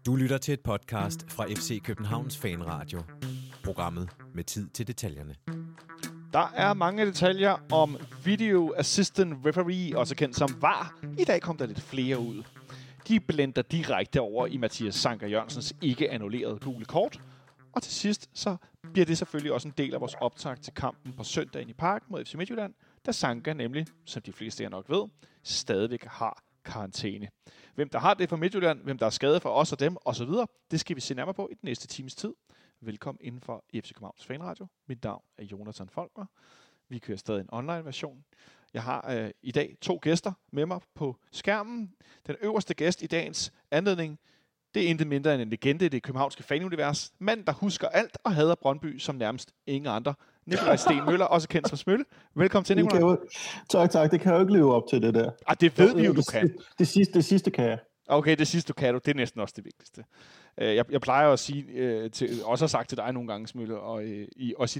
Du lytter til et podcast fra FC Københavns Fanradio. Programmet med tid til detaljerne. Der er mange detaljer om Video Assistant Referee, også kendt som VAR. I dag kom der lidt flere ud. De blender direkte over i Mathias Sanker Jørgensens ikke annullerede gule kort. Og til sidst så bliver det selvfølgelig også en del af vores optag til kampen på søndagen i Parken mod FC Midtjylland, da Sanker nemlig, som de fleste af jer nok ved, stadigvæk har karantæne. Hvem der har det for Midtjylland, hvem der er skadet for os og dem osv., det skal vi se nærmere på i den næste times tid. Velkommen inden for FC Københavns Fanradio. Mit navn er Jonathan Folker. Vi kører stadig en online version. Jeg har i dag 2 gæster med mig på skærmen. Den øverste gæst i dagens anledning, det er intet mindre end en legende i det københavnske fanunivers. Mand, der husker alt og hader Brøndby som nærmest ingen andre. Nikolaj Sten Møller, også kendt som Smølle. Velkommen til, Nikolaj. Tak. Det kan jeg jo ikke leve op til, det der. Det ved vi jo, du kan. Det sidste kan jeg. Okay, det sidste kan du. Det er næsten også det vigtigste. Jeg plejer at sige, også har sagt til dig nogle gange, Smølle, og også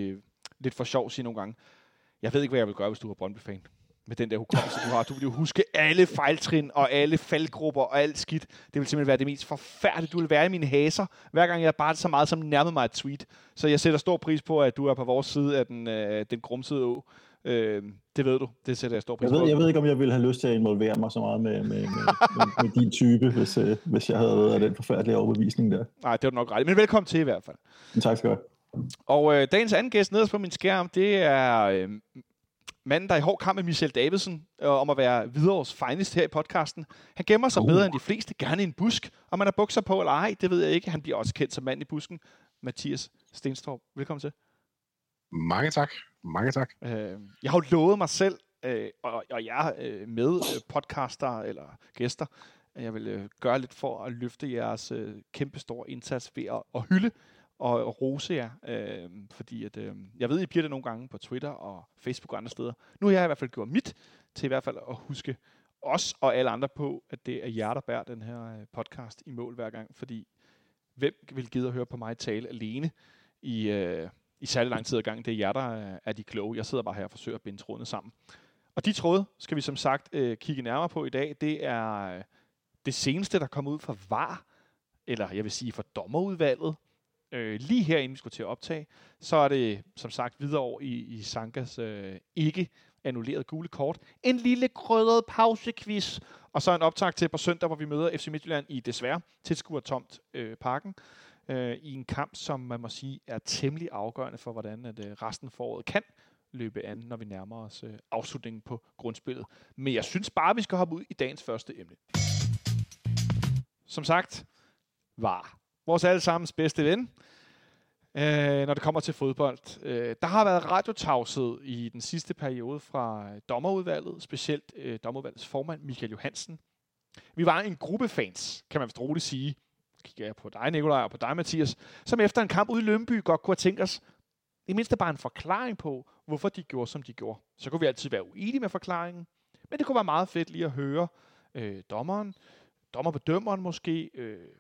lidt for sjov sige nogle gange, jeg ved ikke, hvad jeg vil gøre, hvis du er Brøndby-fan. Med den der hukommelse, du har. Du vil jo huske alle fejltrin og alle faldgrupper og alt skidt. Det vil simpelthen være det mest forfærdelige. Du vil være i mine haser, hver gang jeg bare så meget som nærmede mig et tweet. Så jeg sætter stor pris på, at du er på vores side af den grumsede å. Det ved du. Det sætter jeg stor pris på. Jeg ved ikke, om jeg ville have lyst til at involvere mig så meget med din type, hvis jeg havde været af den forfærdelige overbevisning der. Nej, det er du nok ret. Men velkommen til i hvert fald. Tak skal du have. Og dagens anden gæst nederst på min skærm, det er manden, der er i hård kamp med Michel Davidsen om at være Hvidovres finest her i podcasten. Han gemmer sig bedre end de fleste, gerne i en busk. Om man har bukser på eller ej, det ved jeg ikke. Han bliver også kendt som mand i busken. Mathias Stenstorp, velkommen til. Mange tak. Jeg har jo lovet mig selv, og jeg med podcaster eller gæster, at jeg vil gøre lidt for at løfte jeres kæmpestore indsats ved at hylde og rose jer, fordi at, jeg ved, I bliver det nogle gange på Twitter og Facebook og andre steder. Nu har jeg i hvert fald gjort mit til i hvert fald at huske os og alle andre på, at det er jer, der bærer den her podcast i mål hver gang, fordi hvem vil gide at høre på mig tale alene i særlig lang tid ad gangen? Det er jer, der er de kloge. Jeg sidder bare her og forsøger at binde trådene sammen. Og de tråde skal vi som sagt kigge nærmere på i dag. Det er det seneste, der kommer ud fra VAR, eller jeg vil sige fra dommerudvalget. Lige herinde vi skulle til at optage, så er det som sagt videre over i Sankers ikke annullerede gule kort. En lille krydret pausequiz, og så en optag til på søndag, hvor vi møder FC Midtjylland i desværre tilskuertomt Parken. I en kamp, som man må sige er temmelig afgørende for, hvordan at, resten af året kan løbe an, når vi nærmer os afslutningen på grundspillet. Men jeg synes bare, vi skal hoppe ud i dagens første emne. Som sagt, VAR. Vores allesammens bedste ven, når det kommer til fodbold. Der har været radiotavshed i den sidste periode fra dommerudvalget, specielt dommerudvalgets formand Michael Johansen. Vi var en gruppe fans, kan man vist roligt sige. Kigger jeg på dig, Nikolaj, og på dig, Mathias, som efter en kamp ude i Lyngby godt kunne have tænkt os, i mindste bare en forklaring på, hvorfor de gjorde, som de gjorde. Så kunne vi altid være uenige med forklaringen, men det kunne være meget fedt lige at høre dommerbedømmeren måske,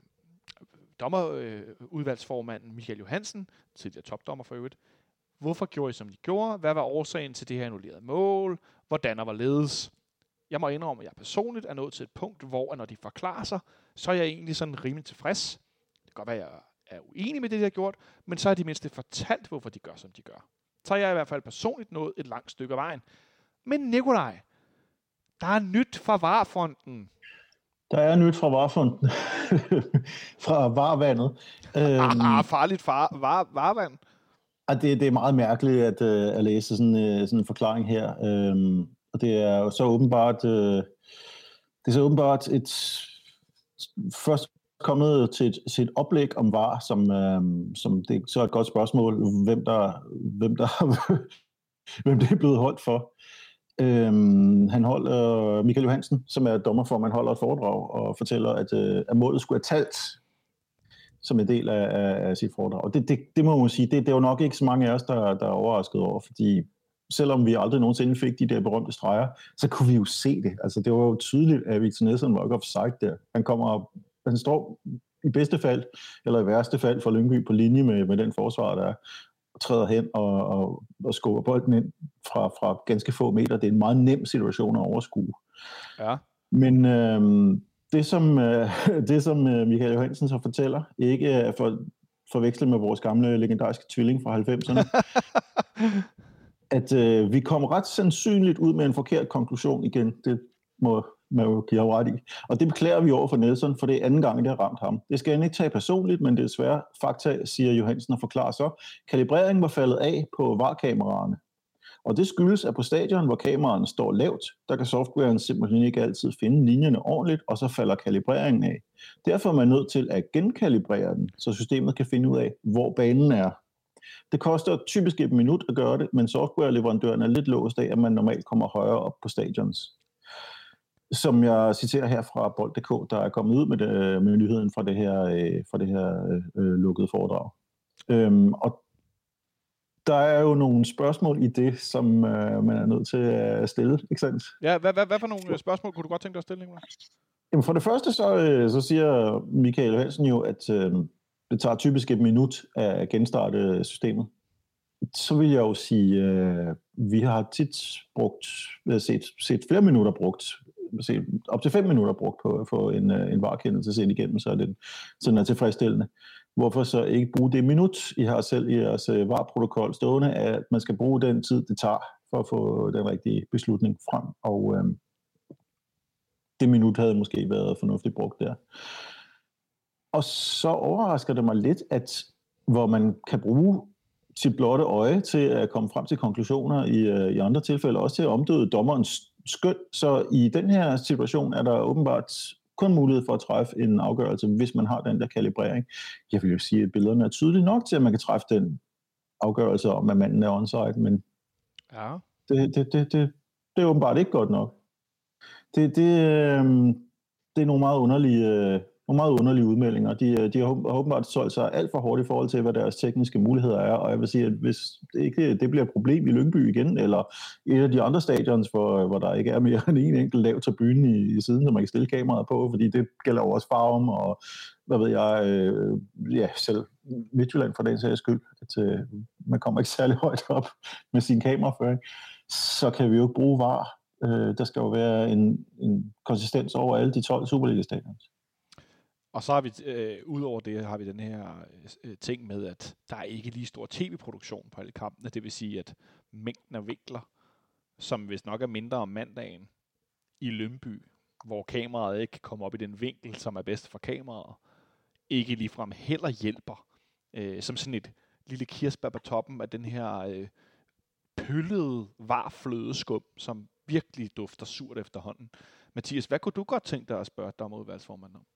dommerudvalgsformanden Michael Johansen, tidligere topdommer for øvrigt. Hvorfor gjorde I, som de gjorde? Hvad var årsagen til det her annullerede mål? Hvordan og hvorledes? Jeg må indrømme, at jeg personligt er nået til et punkt, hvor når de forklarer sig, så er jeg egentlig sådan rimelig tilfreds. Det kan godt være, at jeg er uenig med det, de har gjort, men så har de mindst fortalt, hvorfor de gør, som de gør. Så er jeg i hvert fald personligt nået et langt stykke af vejen. Men Nikolaj, der er nyt fra VAR-fronten. Der er nyt fra VAR-fronten. Fra VAR-vandet. Farligt VAR-vand. Det er meget mærkeligt at læse sådan en forklaring her. Og det er jo så åbenbart et først kommet til et oplæg om VAR, som det så er et godt spørgsmål, hvem det er blevet holdt for. Michael Johansen, som er dommerformand, holder et foredrag og fortæller, at målet skulle have talt som en del af sit foredrag. Og det må man sige, det er jo nok ikke så mange af os, der er overrasket over, fordi selvom vi aldrig nogensinde fik de der berømte streger, så kunne vi jo se det. Altså, det var jo tydeligt, at Victor Nilsson var ikke offside der. Han står i bedste fald, eller i værste fald for Lyngby på linje med den forsvar, der træder hen og skubber bolden ind fra ganske få meter. Det er en meget nem situation at overskue. Ja. Men Det som Michael Johansen så fortæller, ikke er forvekslet med vores gamle legendariske tvilling fra 90'erne, at vi kom ret sandsynligt ud med en forkert konklusion igen. Det må man jo give ret i. Og det beklager vi over for Nelson, for det er anden gang, det har ramt ham. Det skal han ikke tage personligt, men det er svært fakta, siger Johansen og forklarer så. Kalibreringen var faldet af på VAR-kameraerne. Og det skyldes, at på stadion, hvor kameraerne står lavt, der kan softwaren simpelthen ikke altid finde linjerne ordentligt, og så falder kalibreringen af. Derfor er man nødt til at genkalibrere den, så systemet kan finde ud af, hvor banen er. Det koster typisk et minut at gøre det, men softwareleverandøren er lidt låst af, at man normalt kommer højere op på stadions. Som jeg citerer her fra Bold.dk, der er kommet ud med nyheden fra det her lukkede foredrag. Og der er jo nogle spørgsmål i det, som man er nødt til at stille, ikke sandt? Ja, hvad for nogle spørgsmål kunne du godt tænke dig at stille, Nicolai? Jamen for det første, så siger Michael Hansen jo, at det tager typisk et minut at genstarte systemet. Så vil jeg jo sige, vi har tit set flere minutter brugt, op til 5 minutter brugt på at få en varekendelse set igennem, så den er tilfredsstillende. Hvorfor så ikke bruge det minut, I har selv i jeres VAR-protokol stående, at man skal bruge den tid, det tager for at få den rigtige beslutning frem. Og det minut havde måske været fornuftigt brugt der. Og så overrasker det mig lidt, at hvor man kan bruge sit blotte øje til at komme frem til konklusioner i andre tilfælde, også til at omdøde dommerens skøn. Så i den her situation er der åbenbart kun mulighed for at træffe en afgørelse, hvis man har den der kalibrering. Jeg vil jo sige, at billederne er tydelige nok til, at man kan træffe den afgørelse om, at manden er onside, men ja. Det er åbenbart ikke godt nok. Det er nogle meget underlige udmeldinger. De har åbenbart solgt sig alt for hårdt i forhold til, hvad deres tekniske muligheder er, og jeg vil sige, at hvis det bliver et problem i Lyngby igen, eller et af de andre stadions, hvor der ikke er mere end en enkelt lav tribune i siden, som man kan stille kameraet på, fordi det gælder også Farum, og hvad ved jeg, selv Midtjylland for den sags skyld, at man kommer ikke særlig højt op med sin kameraføring, så kan vi jo ikke bruge VAR. Der skal jo være en konsistens over alle de 12 Superliga-stadions. Og så har vi, udover det, har vi den her ting med, at der er ikke lige stor tv-produktion på alle kampene. Det vil sige, at mængden af vinkler, som hvis nok er mindre om mandagen i Lyngby, hvor kameraet ikke kan komme op i den vinkel, som er bedst for kameraet, ikke ligefrem heller hjælper. Som sådan et lille kirsebær på toppen af den her pøllede varflødeskum, som virkelig dufter surt efterhånden. Mathias, hvad kunne du godt tænke dig at spørge dommerudvalgsformanden om?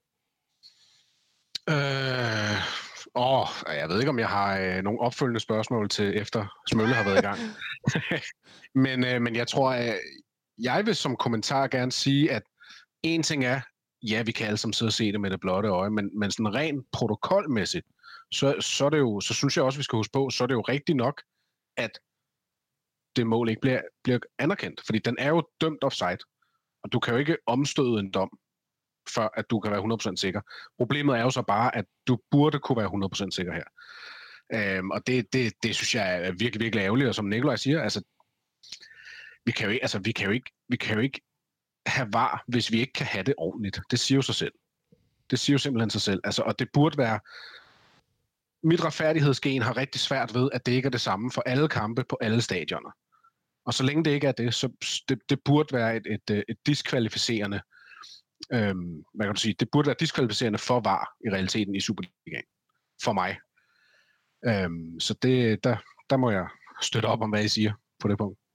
Jeg ved ikke, om jeg har nogle opfølgende spørgsmål til efter Smølle har været i gang. men jeg tror, at jeg vil som kommentar gerne sige, at en ting er, ja, vi kan alle sammen sidde og se det med det blotte øje, men sådan rent protokolmæssigt, så er det jo, så synes jeg også, vi skal huske på, så er det jo rigtigt nok, at det mål ikke bliver anerkendt, fordi den er jo dømt offside, og du kan jo ikke omstøde en dom, før at du kan være 100% sikker. Problemet er jo så bare, at du burde kunne være 100% sikker her. Og det synes jeg er virkelig, virkelig ærgerligt, og som Nicolai siger, altså, vi kan jo ikke have VAR, hvis vi ikke kan have det ordentligt. Det siger jo sig selv. Det siger jo simpelthen sig selv. Altså, og det burde være... Mit retfærdighedsgen har rigtig svært ved, at det ikke er det samme for alle kampe på alle stadioner. Og så længe det ikke er det, så det burde være et diskvalificerende... hvad kan du sige? Det burde være diskvalificerende for VAR i realiteten i Superligaen. For mig. Så der må jeg støtte op om, hvad I siger på det punkt.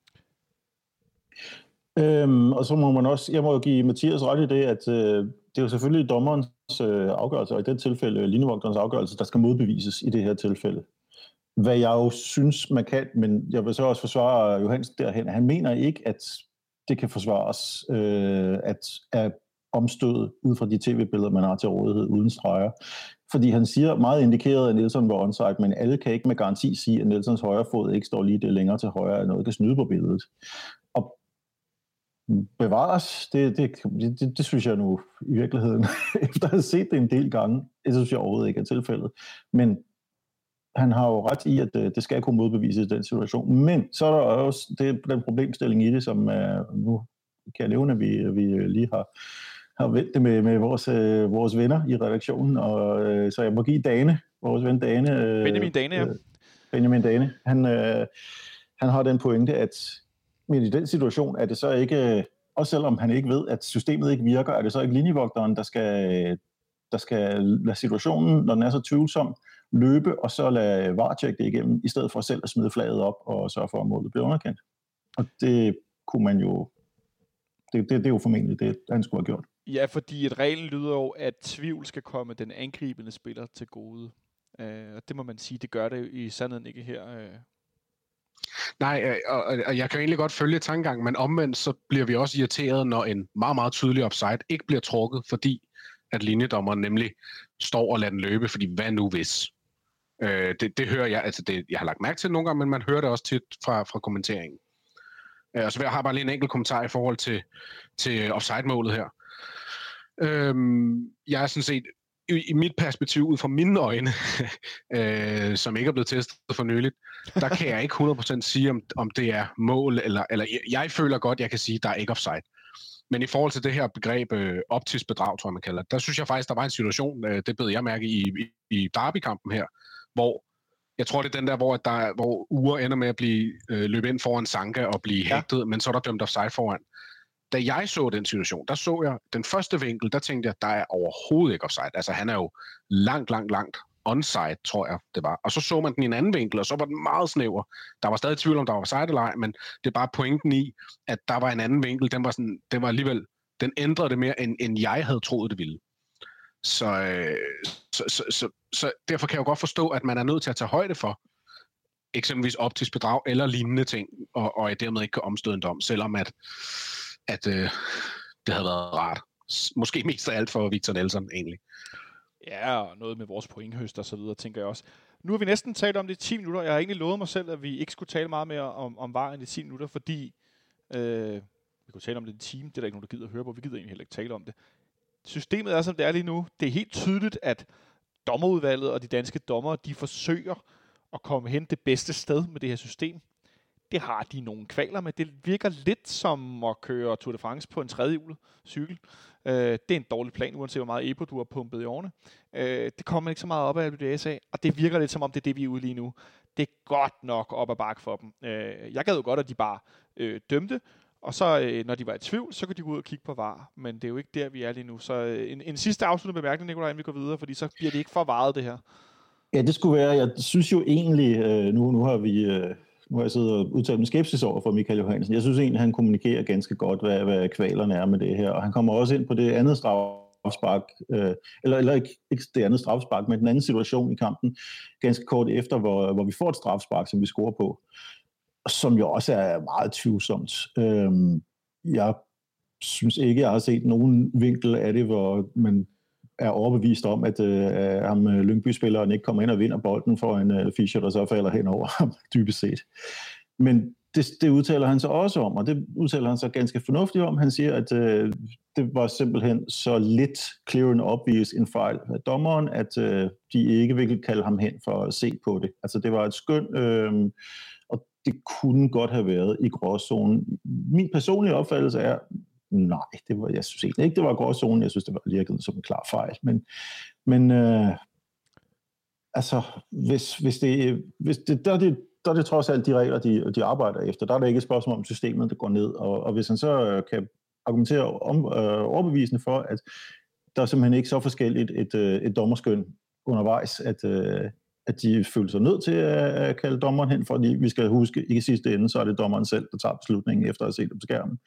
Og så må man også, jeg må jo give Mathias ret i det, at det er jo selvfølgelig dommerens afgørelse, og i det tilfælde linjevogterens afgørelse, der skal modbevises i det her tilfælde. Hvad jeg jo synes, man kan, men jeg vil så også forsvare Johansen derhen. Han mener ikke, at det kan forsvares at omstødet ud fra de tv-billeder, man har til rådighed uden streger. Fordi han siger meget indikeret, at Nelson var onside, men alle kan ikke med garanti sige, at Nelsons højre fod ikke står lige det længere til højre, at noget kan snyde på billedet. Og bevares, det synes jeg nu i virkeligheden, efter at have set det en del gange, det synes jeg overhovedet ikke er tilfældet. Men han har jo ret i, at det skal kunne modbevises i den situation. Men så er der også den problemstilling i det, som nu kan jeg nævne, at vi lige har vendt det med vores venner i redaktionen, og så jeg må give Dane, vores ven Dane. Benjamin Dane, ja. Benjamin Dane, han har den pointe, at men i den situation er det så ikke, også selvom han ikke ved, at systemet ikke virker, er det så ikke linjevogteren, der skal lade situationen, når den er så tvivlsom, løbe og så lade VAR tjekke det igennem, i stedet for selv at smide flaget op og sørge for, at målet bliver underkendt. Og det kunne man jo, det er jo formentlig det, han skulle have gjort. Ja, fordi et reglen lyder jo, at tvivl skal komme den angribende spiller til gode. Og det må man sige, det gør det i sandheden ikke her. Nej, og jeg kan egentlig godt følge tankegangen, men omvendt så bliver vi også irriteret, når en meget, meget tydelig offside ikke bliver trukket, fordi at linjedommeren nemlig står og lader den løbe, fordi hvad nu hvis? Det hører jeg, altså jeg har lagt mærke til nogle gange, men man hører det også tit fra kommenteringen. Og så jeg har bare lige en enkelt kommentar i forhold til offside-målet her. Jeg er sådan set, i mit perspektiv, ud fra mine øjne, som ikke er blevet testet for nyligt, der kan jeg ikke 100% sige, om det er mål, eller jeg føler godt, jeg kan sige, der er ikke offside. Men i forhold til det her begreb optisk bedrag, tror jeg, man kalder det, der synes jeg faktisk, der var en situation, det bed jeg mærke i derbykampen her, hvor jeg tror, det er den der, hvor Ure ender med at blive løbet ind foran Sanka og blive hægtet, men så er der dømt offside foran. Da jeg så den situation, der så jeg den første vinkel, der tænkte jeg, der er overhovedet ikke offside. Altså han er jo langt onside, tror jeg det var. Og så man den i en anden vinkel, og så var den meget snæver. Der var stadig tvivl om, der var offside eller ej, men det er bare pointen i, at der var en anden vinkel. Den var alligevel, den ændrede det mere, end jeg havde troet, det ville. Så derfor kan jeg jo godt forstå, at man er nødt til at tage højde for eksempelvis optisk bedrag eller lignende ting, og dermed ikke kan omstøde en dom, selvom at det havde været rart. Måske mest af alt for Victor Nelson, egentlig. Ja, og noget med vores pointhøst og så videre, tænker jeg også. Nu har vi næsten talt om det i 10 minutter. Jeg har egentlig lovet mig selv, at vi ikke skulle tale meget mere om VAR end i 10 minutter, fordi vi kunne tale om det i en time. Det er der ikke nogen, der gider at høre på. Vi gider egentlig heller ikke tale om det. Systemet er, som det er lige nu. Det er helt tydeligt, at dommerudvalget og de danske dommere, de forsøger at komme hen det bedste sted med det her system. Det har de nogle kvaler med. Det virker lidt som at køre Tour de France på en tredjehjulet cykel. Det er en dårlig plan, uanset hvor meget EPO du har pumpet i årene. Det kommer man ikke så meget op af LBDS af, og det virker lidt som om, det er det, vi er ude lige nu. Det er godt nok op ad bakke for dem. Jeg gad jo godt, at de bare dømte, og så når de var i tvivl, så kunne de gå ud og kigge på VAR, men det er jo ikke der, vi er lige nu. Så en sidste afsluttende bemærkning, Nikolaj, inden vi går videre, fordi så bliver det ikke for varet, det her. Ja, det skulle være. Jeg synes jo egentlig, nu har jeg siddet og udtalt med skepsis over for Michael Johansen. Jeg synes egentlig, han kommunikerer ganske godt, hvad kvalerne er med det her. Og han kommer også ind på det andet strafspark, eller ikke det andet strafspark, men den anden situation i kampen, ganske kort efter, hvor vi får et strafspark, som vi scorer på, som jo også er meget tvivlsomt. Jeg synes ikke, jeg har set nogen vinkel af det, hvor man er overbevist om, at Lyngby-spilleren ikke kommer ind og vinder bolden for en Fischer, der så falder hen over ham, dybest set. Men det udtaler han så også om, og det udtaler han så ganske fornuftigt om. Han siger, at det var simpelthen så lidt clear and obvious en fejl af dommeren, at de ikke ville kalde ham hen for at se på det. Altså det var et skøn, og det kunne godt have været i gråzonen. Min personlige opfattelse er, nej, jeg synes egentlig ikke, det var gråzonen. Jeg synes, det var virkelig som en klar fejl. Men altså, hvis det der er det trods alt de regler, de arbejder efter. Der er det ikke et spørgsmål om systemet, der går ned. Og hvis han så kan argumentere overbevisende for, at der er simpelthen ikke så forskelligt et dommerskøn undervejs, at de føler sig nødt til at kalde dommeren hen, fordi vi skal huske, i sidste ende, så er det dommeren selv, der tager beslutningen efter at have set det på skærmen.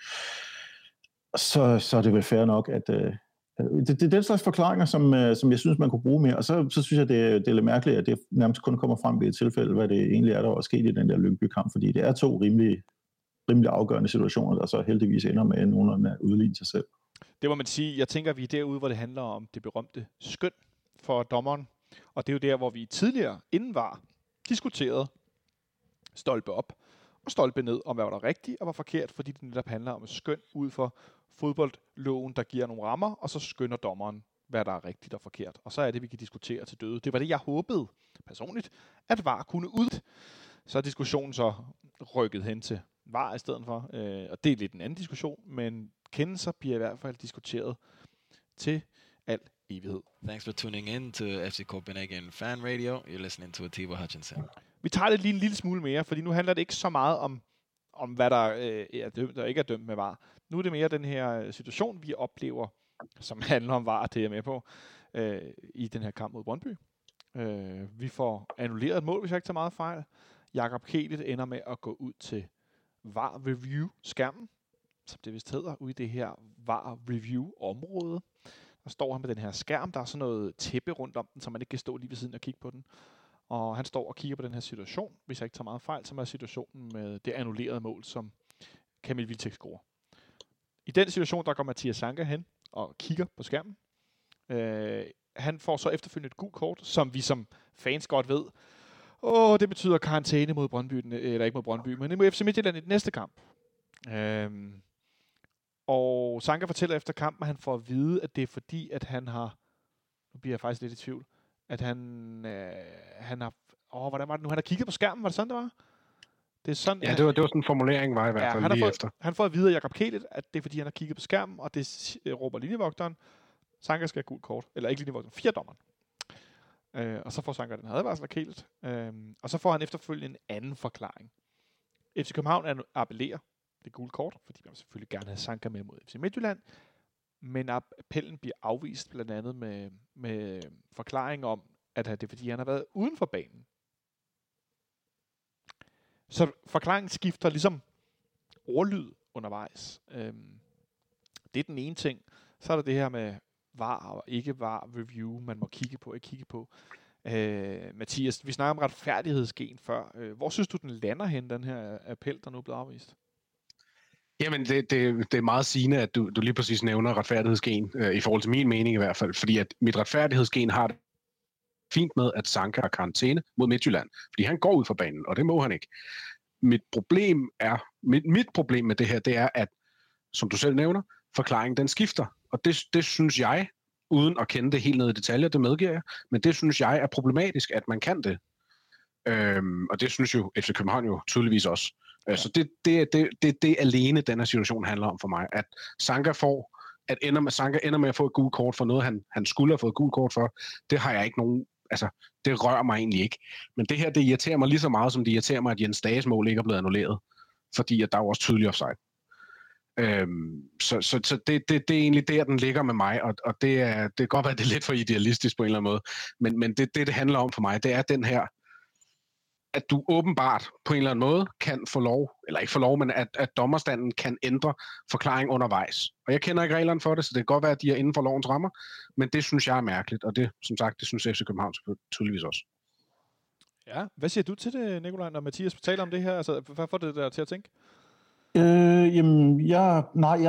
Så er det vel fair nok, at det er den slags forklaringer, som jeg synes, man kunne bruge mere. Og så synes jeg, det er lidt mærkeligt, at det nærmest kun kommer frem ved et tilfælde, hvad det egentlig er, der var sket i den der Lyngby-kamp, fordi det er to rimelig afgørende situationer, der så heldigvis ender med, at nogen er udlignet sig selv. Det må man sige. Jeg tænker, vi er derude, hvor det handler om det berømte skøn for dommeren. Og det er jo der, hvor vi tidligere inden var diskuteret stolpe op og stolpe ned om, hvad var der rigtigt og var forkert, fordi det netop handler om et skøn ud for fodboldloven, der giver nogle rammer, og så skønner dommeren, hvad der er rigtigt og forkert. Og så er det, vi kan diskutere til døde. Det var det, jeg håbede personligt, at VAR kunne ud. Så er diskussionen så rykket hen til VAR i stedet for. Og det er lidt en anden diskussion, men kendelser bliver i hvert fald diskuteret til al evighed. Thanks for tuning in to FC Copenhagen Fan Radio. You're listening to Atiba Hutchinson. Vi tager det lige en lille smule mere, fordi nu handler det ikke så meget om hvad der er dømt og ikke er dømt med VAR. Nu er det mere den her situation, vi oplever, som handler om VAR, det er jeg med på, i den her kamp mod Brøndby. Vi får annulleret et mål, hvis jeg ikke tager meget fejl. Jakob Kehlet ender med at gå ud til VAR-review-skærmen, som det vist hedder, ude i det her VAR-review-område. Der står han med den her skærm, der er sådan noget tæppe rundt om den, så man ikke kan stå lige ved siden og kigge på den. Og han står og kigger på den her situation, hvis jeg ikke tager meget fejl, som er situationen med det annullerede mål, som Kamil Wilczek scorer. I den situation, der går Mathias Sanka hen og kigger på skærmen. Han får så efterfølgende et gult kort, som vi som fans godt ved. Det betyder karantæne mod Brøndby, eller ikke mod Brøndby, men mod FC Midtjylland i den næste kamp. Og Sanka fortæller efter kampen, at han får at vide, at det er fordi, at han har... Nu bliver jeg faktisk lidt i tvivl. At han har... hvordan var det nu? Han har kigget på skærmen, var det sådan, det var? Det er sådan, ja, det var sådan en formulering, var i hvert fald lige efter. Han får at vide af Jakob Kehlet, at det er fordi, han har kigget på skærmen, og det råber linjevogteren. Sanka skal have gult kort. Eller ikke linjevogteren, 4-dommeren. Og så får Sanka den advarsel af Kehlet. Og så får han efterfølgende en anden forklaring. FC København appellerer det gule kort, fordi man selvfølgelig gerne have Sanka med mod FC Midtjylland. Men appellen bliver afvist blandt andet med forklaring om, at det er fordi, han har været uden for banen. Så forklaringen skifter ligesom ordlyd undervejs. Det er den ene ting. Så er der det her med VAR og ikke VAR review, man må kigge på, ikke kigge på. Mathias, vi snakker om retfærdighedsgen før. Hvor synes du, den lander hen, den her appel, der nu er blevet afvist? Jamen, det er meget sigende, at du lige præcis nævner retfærdighedsgen, i forhold til min mening i hvert fald, fordi at mit retfærdighedsgen har det fint med, at Sanka har karantæne mod Midtjylland, fordi han går ud fra banen, og det må han ikke. Mit problem med det her, det er, at, som du selv nævner, forklaringen den skifter, og det synes jeg, uden at kende det helt ned i detaljer, det medgiver jeg, men det synes jeg er problematisk, at man kan det. Og det synes jo FC København jo tydeligvis også. Ja. Så det alene, den her situation handler om for mig, at Sanka ender med at få et gult kort for noget, han skulle have fået et gult kort for. Det har jeg ikke nogen, altså det rører mig egentlig ikke. Men det her, det irriterer mig lige så meget, som det irriterer mig, at Jens Dages mål ikke er blevet annulleret. Fordi at der er jo også tydelig offside. Så det er egentlig der, den ligger med mig, og det kan godt være, det er lidt for idealistisk på en eller anden måde, men det handler om for mig, det er den her, at du åbenbart på en eller anden måde kan få lov, eller ikke få lov, men at dommerstanden kan ændre forklaring undervejs. Og jeg kender ikke reglerne for det, så det kan godt være, at de er inden for lovens rammer, men det synes jeg er mærkeligt, og det, som sagt, det synes FC København tydeligvis også. Ja, hvad siger du til det, Nikolaj, når Mathias taler om det her? Altså, hvad får det der til at tænke? Jamen, jeg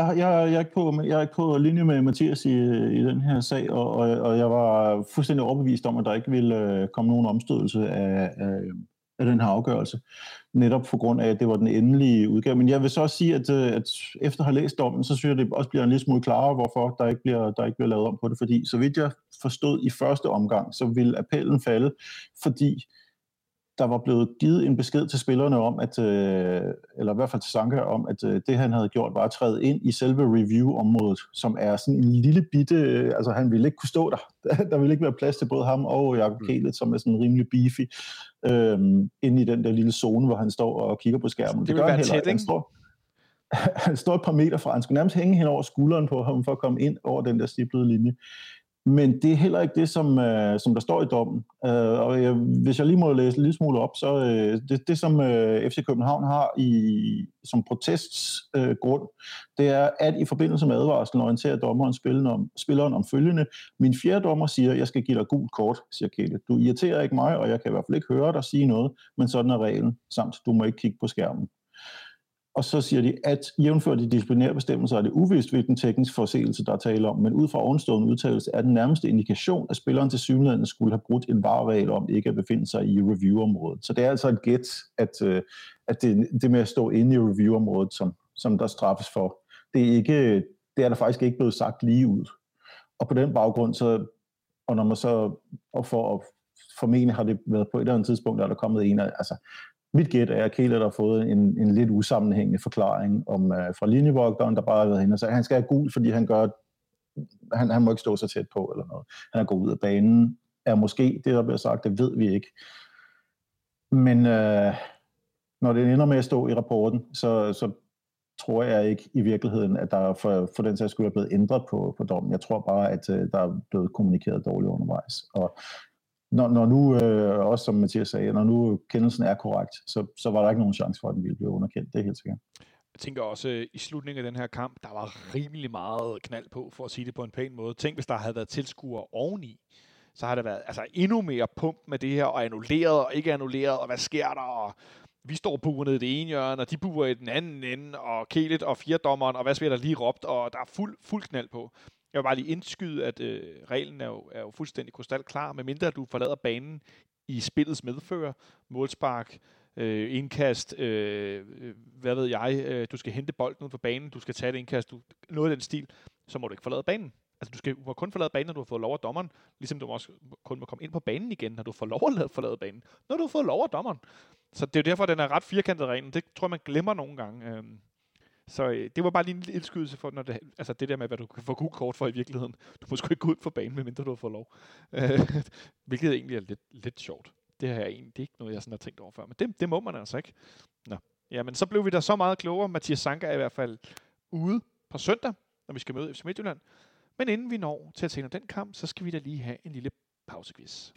er ikke på linje med Mathias i den her sag, og jeg var fuldstændig overbevist om, at der ikke ville komme nogen omstødelse af den her afgørelse, netop på grund af, at det var den endelige udgave. Men jeg vil så også sige, at efter at have læst dommen, så synes jeg, det også bliver en lille smule klarere, hvorfor der ikke bliver lavet om på det, fordi så vidt jeg forstod i første omgang, så ville appellen falde, fordi der var blevet givet en besked til spillerne om, at, eller i hvert fald til Sanka om, at det han havde gjort var at træde ind i selve review-området, som er sådan en lille bitte, altså han ville ikke kunne stå der. Der ville ikke være plads til både ham og Jakob Kehlet, som er sådan rimelig beefy, inde i den der lille zone, hvor han står og kigger på skærmen. Det gør han heller ikke. Han står et par meter fra, han skulle nærmest hænge hen over skulderen på ham for at komme ind over den der stiplede linje. Men det er heller ikke det, som der står i dommen. Og hvis jeg lige må læse en lille smule op, så det som FC København har som protestgrund, det er, at i forbindelse med advarslen orienterer dommeren spilleren om følgende. Min fjerde dommer siger, at jeg skal give dig gult kort, siger Kehlet. Du irriterer ikke mig, og jeg kan i hvert fald ikke høre dig sige noget, men sådan er reglen, samt du må ikke kigge på skærmen. Og så siger de, at jævnført de disciplinære bestemmelser er det uvist, hvilken teknisk forseelse, der er tale om, men ud fra ovenstående udtalelse er den nærmeste indikation, at spilleren til syvende skulle have brudt en VAR-regel om ikke at befinde sig i review-området. Så det er altså et gæt, at det med at stå inde i review-området, som der straffes for, det er der faktisk ikke blevet sagt lige ud. Og på den baggrund, og når man så, og for formentlig har det været på et eller andet tidspunkt, der er der kommet en af, altså mit gæt er, at Kehlet har fået en lidt usammenhængende forklaring fra linjevogteren, der bare har været henne og sagt, at han skal have gul, fordi han gør han må ikke stå så tæt på, eller noget. Han er gået ud af banen, er måske det, der bliver sagt, det ved vi ikke. Men når det ender med at stå i rapporten, så tror jeg ikke i virkeligheden, at der for den sags skyld er blevet ændret på dommen. Jeg tror bare, at der er blevet kommunikeret dårligt undervejs. Og når nu, også som Mathias sagde, når nu kendelsen er korrekt, så var der ikke nogen chance for, at den ville blive underkendt. Det er helt sikkert. Jeg tænker også, i slutningen af den her kamp, der var rimelig meget knald på, for at sige det på en pæn måde. Tænk, hvis der havde været tilskuere oveni, så har der været endnu mere pump med det her, og annulleret og ikke annulleret, og hvad sker der, og vi står buer nede i det ene hjørne, og de buer i den anden ende, og Kelet og firedommeren, og hvad sker der lige råbt, og der er fuld knald på. Jeg vil bare lige indskyde, at reglen er jo fuldstændig krystalklar, medmindre du forlader banen i spillets medfører, målspark, indkast, hvad ved jeg, du skal hente bolden ud på banen, du skal tage et indkast, noget af den stil, så må du ikke forlade banen. Altså, du må kun forlade banen, når du har fået lov af dommeren, ligesom du også kun må komme ind på banen igen, når du får lov at forlade banen. Når du har fået lov af dommeren. Så det er jo derfor, den er ret firkantet reglen. Det tror jeg, man glemmer nogle gange. Så det var bare lige en indskydelse for, når det der med, hvad du kan få gult kort for i virkeligheden. Du må sgu ikke gå ud på banen, medmindre du har fået lov. Hvilket egentlig er lidt sjovt. Det er ikke noget, jeg sådan har tænkt over før. Men det må man altså ikke. Nå. Jamen, så blev vi da så meget klogere. Mathias Sanka er i hvert fald ude på søndag, når vi skal møde FC Midtjylland. Men inden vi når til at tænke den kamp, så skal vi da lige have en lille pausequiz.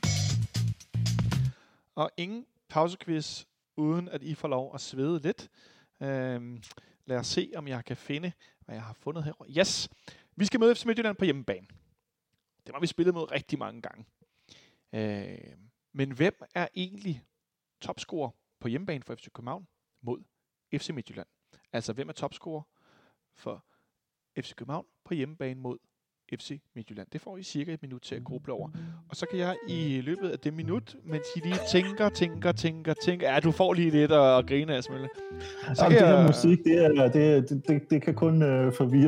Og ingen pausequiz, uden at I får lov at svede lidt. Lad os se, om jeg kan finde, hvad jeg har fundet her. Yes! Vi skal møde FC Midtjylland på hjemmebane. Det har vi spillet mod rigtig mange gange. Men hvem er egentlig topscorer på hjemmebane for FC København mod FC Midtjylland? Altså, hvem er topscorer for FC København på hjemmebane mod FC Midtjylland? Det får I cirka et minut til at gruble over. Og så kan jeg i løbet af det minut, mens I lige tænker, ja, du får lige lidt at grine af, Smølle. Så det her musik, det kan kun forvirre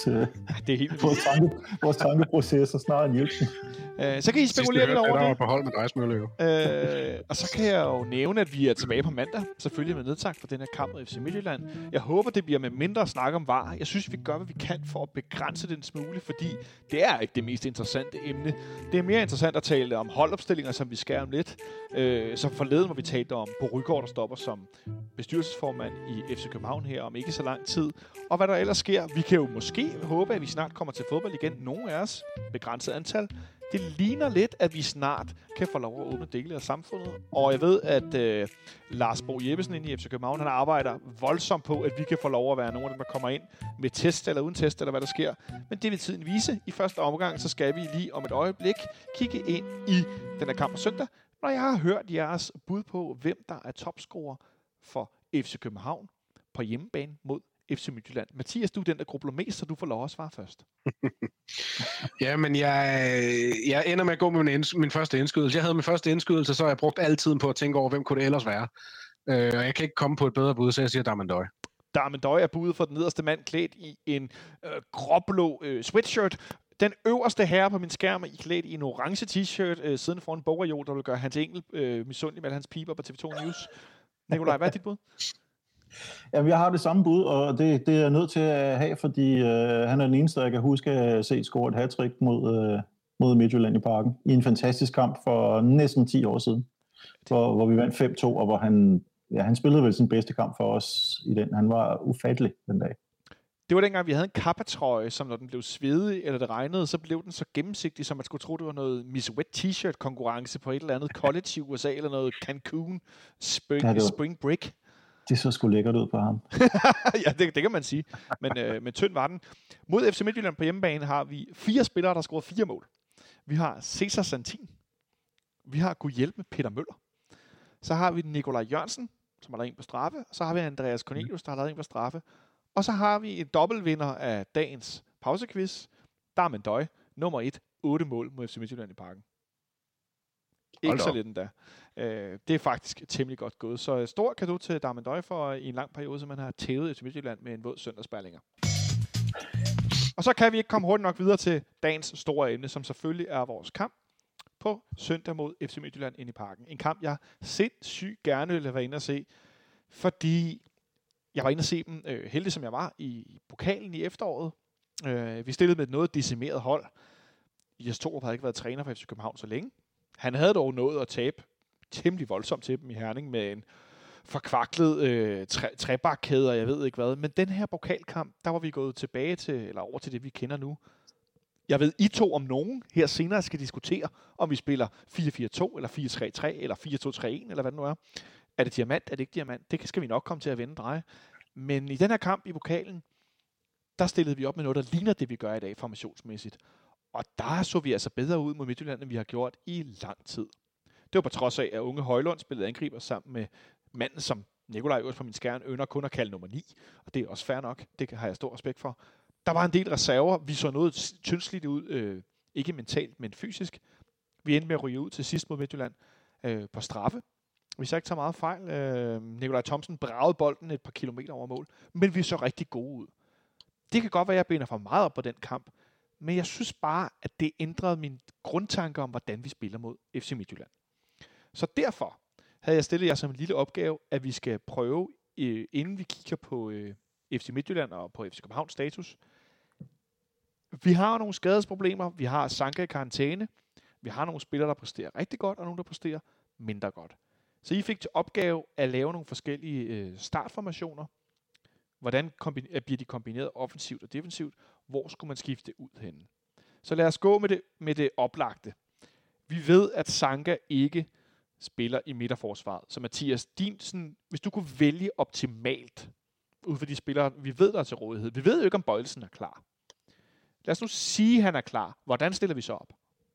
vores tankeproces og snart hjælpe. Så kan I spekulere lidt over det. På hold med dig, Smølle, jo. Og så kan jeg jo nævne, at vi er tilbage på mandag. Selvfølgelig med nedtak for den her kamp mod FC Midtjylland. Jeg håber, det bliver med mindre snak om VAR. Jeg synes, vi gør, hvad vi kan for at begrænse den smule, fordi det er ikke det mest interessante emne. Det er mere interessant at tale om holdopstillinger, som vi skærer om lidt. Som forleden, hvor vi talte om Bo Rygaard, der stopper som bestyrelsesformand i FC København her om ikke så lang tid. Og hvad der ellers sker. Vi kan jo måske håbe, at vi snart kommer til fodbold igen. Nogle af os, begrænset antal. Det ligner lidt, at vi snart kan få lov at åbne dele af samfundet. Og jeg ved, at Lars Bo Jeppesen inde i FC København, han arbejder voldsomt på, at vi kan få lov at være nogle af dem, der kommer ind med test eller uden test, eller hvad der sker. Men det vil tiden vise. I første omgang, så skal vi lige om et øjeblik kigge ind i den her kamp på søndag, når jeg har hørt jeres bud på, hvem der er topscorer for FC København på hjemmebane mod FC Midtjylland. Mathias, du er den, der grubler mest, så du får lov at svare først. Ja, men jeg ender med at gå med min første indskydelse. Jeg havde min første indskydelse, så har jeg brugt al tiden på at tænke over, hvem kunne det ellers være. Og jeg kan ikke komme på et bedre bud, så jeg siger Darman Døj. Darman Døj er budet for den nederste mand, klædt i en gråblå sweatshirt. Den øverste herre på min skærm er klædt i en orange t-shirt, siden foran Bogreol, der vil gøre Hans Engel misundelig med hans piber på TV2 News. Nikolaj, hvad er dit bud? Jamen, jeg har det samme bud, og det er jeg nødt til at have, fordi han er den eneste, jeg kan huske at se score et hat-trick mod Midtjylland i Parken. I en fantastisk kamp for næsten 10 år siden, hvor vi vandt 5-2, og hvor han spillede vel sin bedste kamp for os i den. Han var ufattelig den dag. Det var dengang, vi havde en kappatrøje, som når den blev svedig, eller det regnede, så blev den så gennemsigtig, som man skulle tro, det var noget Miss Wet T-shirt-konkurrence på et eller andet college i USA, eller noget Cancun Spring Break. Det så sgu lækkert ud på ham. Ja, det kan man sige. Men tynd var den. Mod FC Midtjylland på hjemmebane har vi 4 spillere, der har scoret 4 mål. Vi har Cesar Santin. Vi har Gud hjælpe med Peter Møller. Så har vi Nikolaj Jørgensen, som har lavet en på straffe. Så har vi Andreas Cornelius, der har lavet en på straffe. Og så har vi en dobbeltvinder af dagens pausequiz. Darman Døj, nummer 1, 8 mål mod FC Midtjylland i Parken. Ikke så lidt endda. Det er faktisk temmelig godt gået. Så stor cadeau til Darman Døj for i en lang periode, som man har tævet FC Midtjylland med en våd søndagsbærlinger. Og så kan vi ikke komme hurtigt nok videre til dagens store emne, som selvfølgelig er vores kamp på søndag mod FC Midtjylland inde i Parken. En kamp, jeg sindssygt gerne ville være inde at se, fordi jeg var inde at se dem, heldig som jeg var, i pokalen i efteråret. Vi stillede med et noget decimeret hold. Jes Torup havde ikke været træner for FC København så længe. Han havde dog nået at tabe temmelig voldsomt til dem i Herning med en forkvaklet trebakkæde, og jeg ved ikke hvad. Men den her pokalkamp, der var vi gået tilbage til, eller over til det, vi kender nu. Jeg ved, I to om nogen her senere skal diskutere, om vi spiller 4-4-2, eller 4-3-3, eller 4-2-3-1, eller hvad det nu er. Er det diamant? Er det ikke diamant? Det skal vi nok komme til at vende dreje. Men i den her kamp i pokalen, der stillede vi op med noget, der ligner det, vi gør i dag formationsmæssigt. Og der så vi altså bedre ud mod Midtjylland, end vi har gjort i lang tid. Det var på trods af, at unge Højlund spillede angriber sammen med manden, som Nikolaj øverst på min skærm ynder kun at kalde nummer 9. Og det er også fair nok. Det har jeg stor respekt for. Der var en del reserver. Vi så noget tyndsligt ud. Ikke mentalt, men fysisk. Vi endte med at ryge ud til sidst mod Midtjylland på straffe. Hvis jeg ikke tager meget fejl. Nikolaj Thomsen bragede bolden et par kilometer over mål. Men vi så rigtig gode ud. Det kan godt være, at jeg binder for meget op på den kamp. Men jeg synes bare, at det ændrede min grundtanke om, hvordan vi spiller mod FC Midtjylland. Så derfor havde jeg stillet jer som en lille opgave, at vi skal prøve, inden vi kigger på FC Midtjylland og på FC Københavns status. Vi har nogle skadesproblemer. Vi har Sanka i karantæne. Vi har nogle spillere, der præsterer rigtig godt, og nogle, der præsterer mindre godt. Så I fik til opgave at lave nogle forskellige startformationer. Hvordan bliver de kombineret offensivt og defensivt? Hvor skulle man skifte ud henne? Så lad os gå med det oplagte. Vi ved, at Sanka ikke spiller i midterforsvaret. Så Mathias, hvis du kunne vælge optimalt ud for de spillere, vi ved, der er til rådighed. Vi ved jo ikke, om Boilesen er klar. Lad os nu sige, at han er klar. Hvordan stiller vi så op?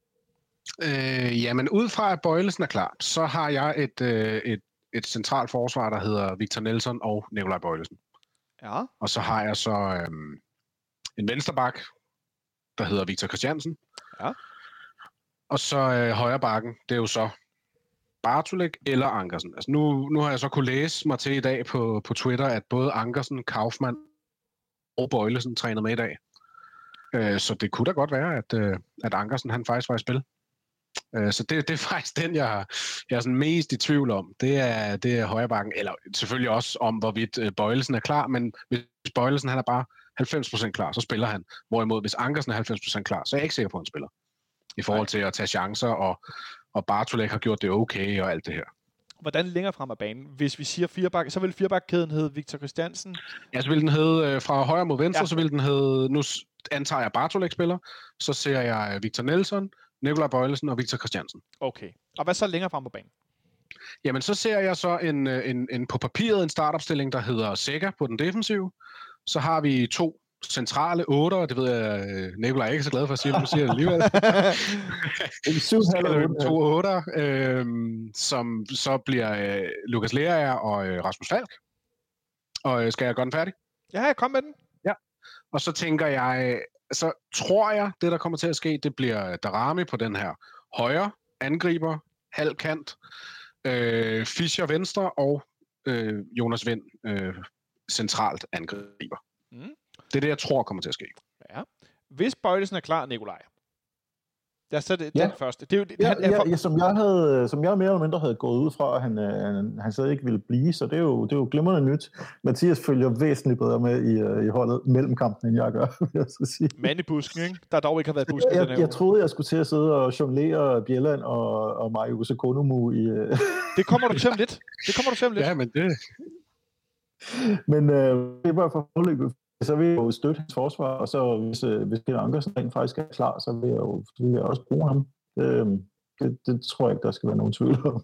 Jamen, ud fra at Boilesen er klar, så har jeg et centralt forsvar, der hedder Victor Nelson og Nikolaj Boilesen. Ja. Og så har jeg så en vensterbak, der hedder Victor Christiansen. Ja. Og så højre bakken, det er jo så Bartolek eller Ankersen. Altså nu har jeg så kunne læse mig til i dag på Twitter, at både Ankersen, Kaufmann og Boilesen trænede med i dag. Så det kunne da godt være, at Ankersen han faktisk var i spil. Så det er faktisk den, jeg er sådan mest i tvivl om. Det er højre bakken, eller selvfølgelig også om, hvorvidt Boilesen er klar, men hvis Boilesen han er bare 90% klar, så spiller han. Hvorimod, hvis Ankersen er 90% klar, så er jeg ikke sikker på, at han spiller. I forhold til at tage chancer, og Bartolek har gjort det okay, og alt det her. Hvordan længere frem af banen? Hvis vi siger firebakke, så vil firebakkæden hedde Victor Christiansen? Ja, så vil den hedde fra højre mod venstre, ja. Så vil den hedde, nu antager jeg Bartolek spiller, så ser jeg Victor Nelson, Nikolaj Boilesen og Victor Christiansen. Okay. Og hvad så længere frem på banen? Jamen, så ser jeg så en på papiret en startopstilling, der hedder Sækker på den defensive. Så har vi 2 centrale 8'ere, det ved jeg, Nikolaj er ikke så glad for at sige, men du siger det alligevel. 2 8'ere, som så bliver Lukas Lerager og Rasmus Falk. Og skal jeg gøre den færdig? Ja, jeg kom med den. Ja. Og så tænker jeg, så tror jeg, det der kommer til at ske, det bliver Darami på den her højre angriber, halv kant, Fischer venstre og Jonas Vind centralt angriber. Mm. Det er det, jeg tror kommer til at ske. Ja. Hvis Boilesen er klar, Nikolaj. Lad os tage den første. Det er jo, som jeg mere eller mindre havde gået ud fra, at han stadig ikke ville blive, så det er jo glimrende nyt. Mathias følger væsentligt bedre med i holdet mellem kampen, end jeg gør, vil jeg så sige. Mand i busken, ikke? Der dog ikke har været busken den her jeg troede, jeg skulle til at sidde og jonglere Bjelland og Mario Sekonomu i... Det kommer du til om lidt. Ja, men det... Men det var for forløbet. Så vil jeg jo støtte hans forsvar, og så hvis Peter Ankersen rent faktisk er klar, så vil jeg også bruge ham. Det tror jeg ikke, der skal være nogen tvivl om.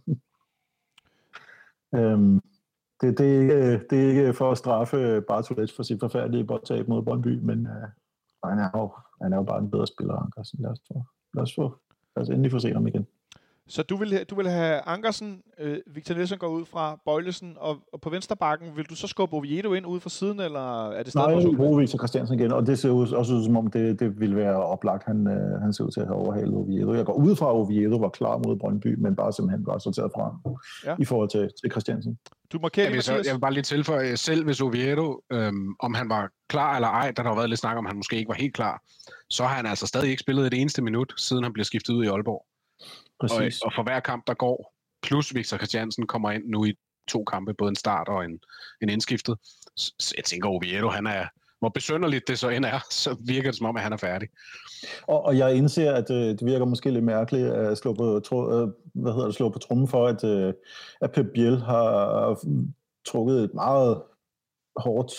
Det er ikke for at straffe Bartolets for sit forfærdelige boldtab mod Brøndby, men han er jo bare en bedre spiller, Ankersen. Lad os endelig få set ham igen. Så du vil have Ankersen, Victor Nielsen går ud fra Boilesen, og på venstrebakken vil du så skubbe Oviedo ind ude fra siden, eller er det stadig? Nej, jeg vil bruge Victor Christiansen igen, og det ser også ud som om, det vil være oplagt. Han ser ud til at have overhalet Oviedo. Jeg går ud fra, at Oviedo var klar mod Brøndby, men bare simpelthen var sorteret fra i forhold til Christiansen. Du markerer Mathias. Jeg vil bare lige tilføje, selv hvis Oviedo, om han var klar eller ej, der har været lidt snak om, han måske ikke var helt klar, så har han altså stadig ikke spillet et eneste minut, siden han blev skiftet ud i Aalborg. Og for hver kamp, der går, plus Victor Christiansen kommer ind nu i 2 kampe, både en start og en indskiftet. Så jeg tænker, Oviedo, han hvor besynderligt det så end er, så virker det som om, at han er færdig. Og jeg indser, at det virker måske lidt mærkeligt at slå på, slå på trommen for, at Pep Biel har trukket et meget hårdt,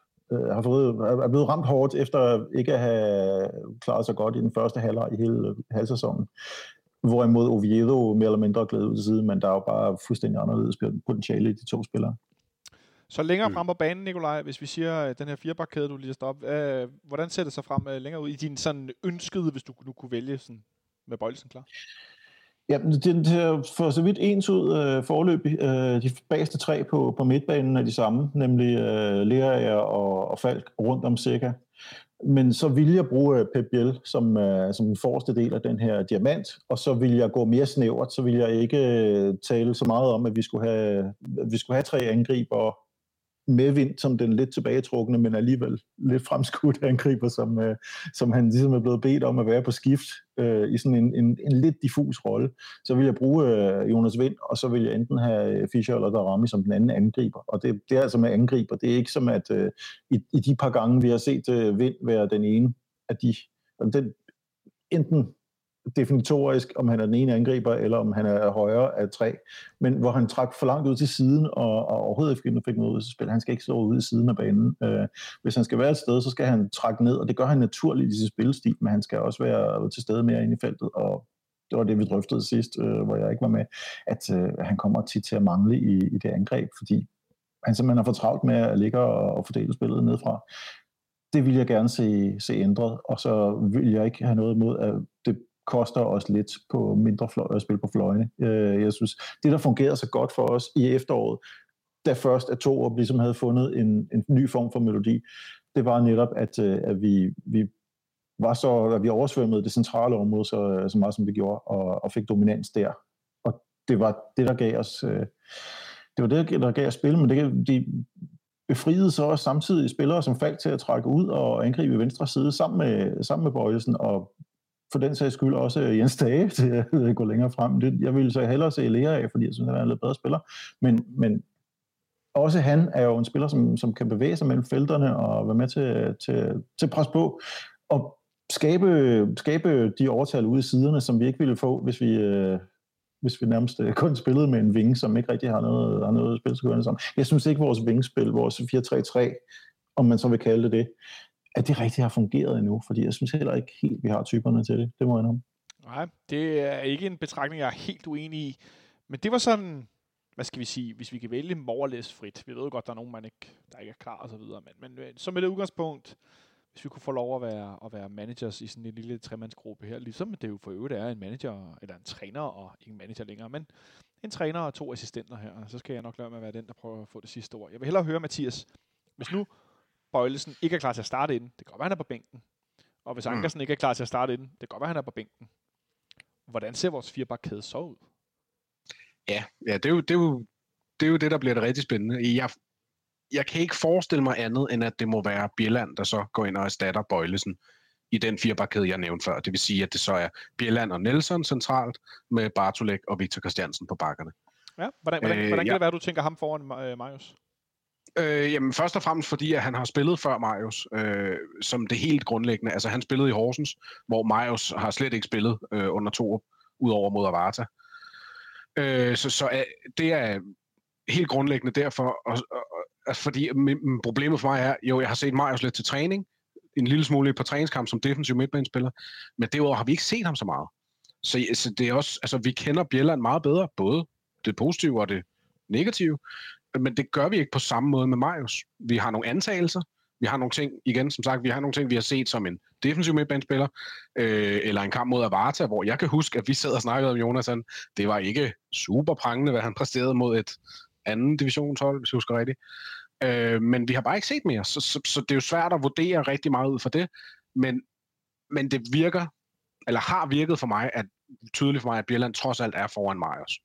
er blevet ramt hårdt efter ikke at have klaret sig godt i den første halvleg i hele halvsæsonen. Hvorimod Oviedo mere eller mindre glæder ud til siden, men der er jo bare fuldstændig anderledes potentiale i de to spillere. Så længere frem på banen, Nikolaj, hvis vi siger den her firebakkæde, du lige har stoppet, hvordan ser det sig frem længere ud i din sådan ønskede, hvis du nu kunne vælge sådan, med Boilesen klar? Ja, det ser for så vidt ens ud foreløbig. De bagerste tre på midtbanen er de samme, nemlig Lerager og Falk rundt om Seca. Men så vil jeg bruge Pep Biel som den forreste del af den her diamant, og så vil jeg gå mere snævert, så vil jeg ikke tale så meget om, at vi skulle have tre angriber med vind som den lidt tilbagetrukne, men alligevel lidt fremskudte angriber, som han ligesom er blevet bedt om at være på skift i sådan en lidt diffus rolle. Så vil jeg bruge Jonas Vind, og så vil jeg enten have Fischer eller Darami som den anden angriber. Og det er altså med angriber. Det er ikke som, at i de par gange, vi har set Vind være den ene af de... enten definitorisk, om han er den ene angriber, eller om han er højere af tre, men hvor han trak for langt ud til siden, og overhovedet ikke fik noget ud til spil. Han skal ikke slå ud i siden af banen. Hvis han skal være et sted, så skal han trække ned, og det gør han naturligt i sin spillestil, men han skal også være til stede mere inde i feltet, og det var det, vi drøftede sidst, hvor jeg ikke var med, at han kommer tit til at mangle i det angreb, fordi han simpelthen har for travlt med at ligge og fordele spillet nedefra. Det vil jeg gerne se ændret, og så vil jeg ikke have noget imod, at det koster os lidt på mindre spil på fløjene. Jeg synes, det der fungerede så godt for os i efteråret, da først at Torup ligesom havde fundet en ny form for melodi, det var netop, at vi oversvømmede det centrale område så meget, som vi gjorde, og fik dominans der. Og det var det, der gav os spil, men de befriede så også samtidig spillere, som faldt til at trække ud og angribe i venstre side sammen med Boilesen, og for den sags skyld også Jens Dage til at gå længere frem. Jeg ville så hellere se Lea af, fordi jeg synes, han er en lidt bedre spiller. Men også han er jo en spiller, som kan bevæge sig mellem felterne og være med til pres på og skabe de overtal ude i siderne, som vi ikke ville få, hvis vi nærmest kun spillede med en vinge, som ikke rigtig har noget spilskørende sammen. Jeg synes ikke, vores vingespil, vores 4-3-3, om man så vil kalde det, at det rigtig har fungeret endnu, fordi jeg synes heller ikke helt, vi har typerne til det. Det må jeg indrømme. Nej, det er ikke en betragtning, jeg er helt uenig i. Men det var sådan, hvad skal vi sige, hvis vi kan vælge morlæsfrit. Vi ved jo godt, der er nogen, der ikke er klar og så videre. Men så med det udgangspunkt, hvis vi kunne få lov at være managers i sådan en lille tremandsgruppe her, ligesom det jo for øvrigt er en manager, eller en træner og ikke en manager længere, men en træner og 2 assistenter her, så skal jeg nok lade med at være den, der prøver at få det sidste ord. Jeg vil hellere høre, Mathias, hvis nu Boilesen ikke er klar til at starte inden, det kan godt være, han er på bænken. Og hvis Ankersen ikke er klar til at starte inden, det kan godt være, han er på bænken. Hvordan ser vores firebakkæde så ud? Ja, det er jo det, der bliver det rigtig spændende. Jeg kan ikke forestille mig andet, end at det må være Bjelland, der så går ind og erstatter Boilesen i den firebakkæde, jeg nævnte før. Det vil sige, at det så er Bjelland og Nelson centralt, med Bartolek og Victor Christiansen på bakkerne. Ja, hvordan kan det være, du tænker ham foran Marius? Jamen først og fremmest fordi, at han har spillet før Marius, som det helt grundlæggende. Altså han spillede i Horsens, hvor Marius har slet ikke spillet under Torup, udover mod Avarta. Så det er helt grundlæggende derfor, og fordi problemet for mig er, jo, jeg har set Marius lidt til træning, en lille smule på træningskamp som defensiv midtbanespiller, men derudover har vi ikke set ham så meget. Så det er også, altså vi kender Bjelland meget bedre, både det positive og det negative, men det gør vi ikke på samme måde med Marius. Vi har nogle antagelser, vi har nogle ting, igen som sagt, vi har nogle ting, vi har set som en defensiv midtbanespiller, eller en kamp mod Avarta, hvor jeg kan huske, at vi sad og snakkede om Jonathan. Det var ikke super prangende, hvad han præsterede mod et anden divisionshold, hvis jeg husker rigtigt. Men vi har bare ikke set mere, så det er jo svært at vurdere rigtig meget ud fra det, men det virker, eller har virket for mig, tydeligt for mig, at Bjelland trods alt er foran Marius.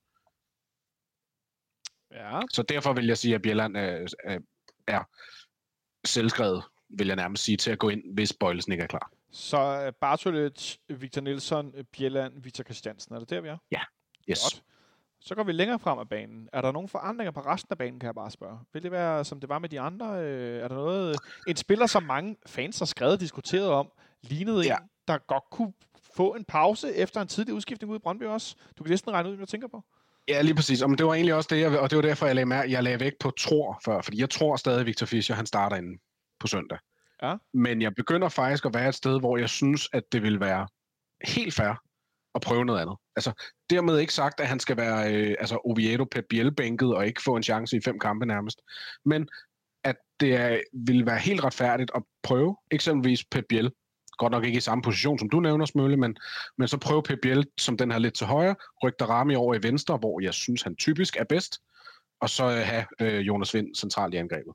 Ja. Så derfor vil jeg sige, at Bjelland er selvskrevet, vil jeg nærmest sige, til at gå ind, hvis Boilesen ikke er klar. Så Bartolet, Victor Nielsen, Bjelland, Victor Christiansen, er det der, vi er? Ja, yes. Godt. Så går vi længere frem af banen. Er der nogle forandringer på resten af banen, kan jeg bare spørge? Vil det være, som det var med de andre? Er der noget... En spiller, som mange fans har skrevet og diskuteret om, lignede en, der godt kunne få en pause efter en tidlig udskiftning ude i Brøndby også? Du kan næsten regne ud, hvad jeg tænker på. Ja, lige præcis. Men det var egentlig også det, og det var derfor, jeg lagde væk på tror før, fordi jeg tror stadig, Victor Fischer, han starter inde på søndag. Ja. Men jeg begynder faktisk at være et sted, hvor jeg synes, at det vil være helt fair at prøve noget andet. Altså, dermed ikke sagt, at han skal være Oviedo Pep Biel-bænket og ikke få en chance i 5 kampe nærmest. Men at det vil være helt retfærdigt at prøve eksempelvis Pep Biel. Godt nok ikke i samme position, som du nævner, Smølle, men så prøve Pep Biel som den her lidt til højre, rykke Darami over i venstre, hvor jeg synes, han typisk er bedst, og så have Jonas Wind centralt i angrebet.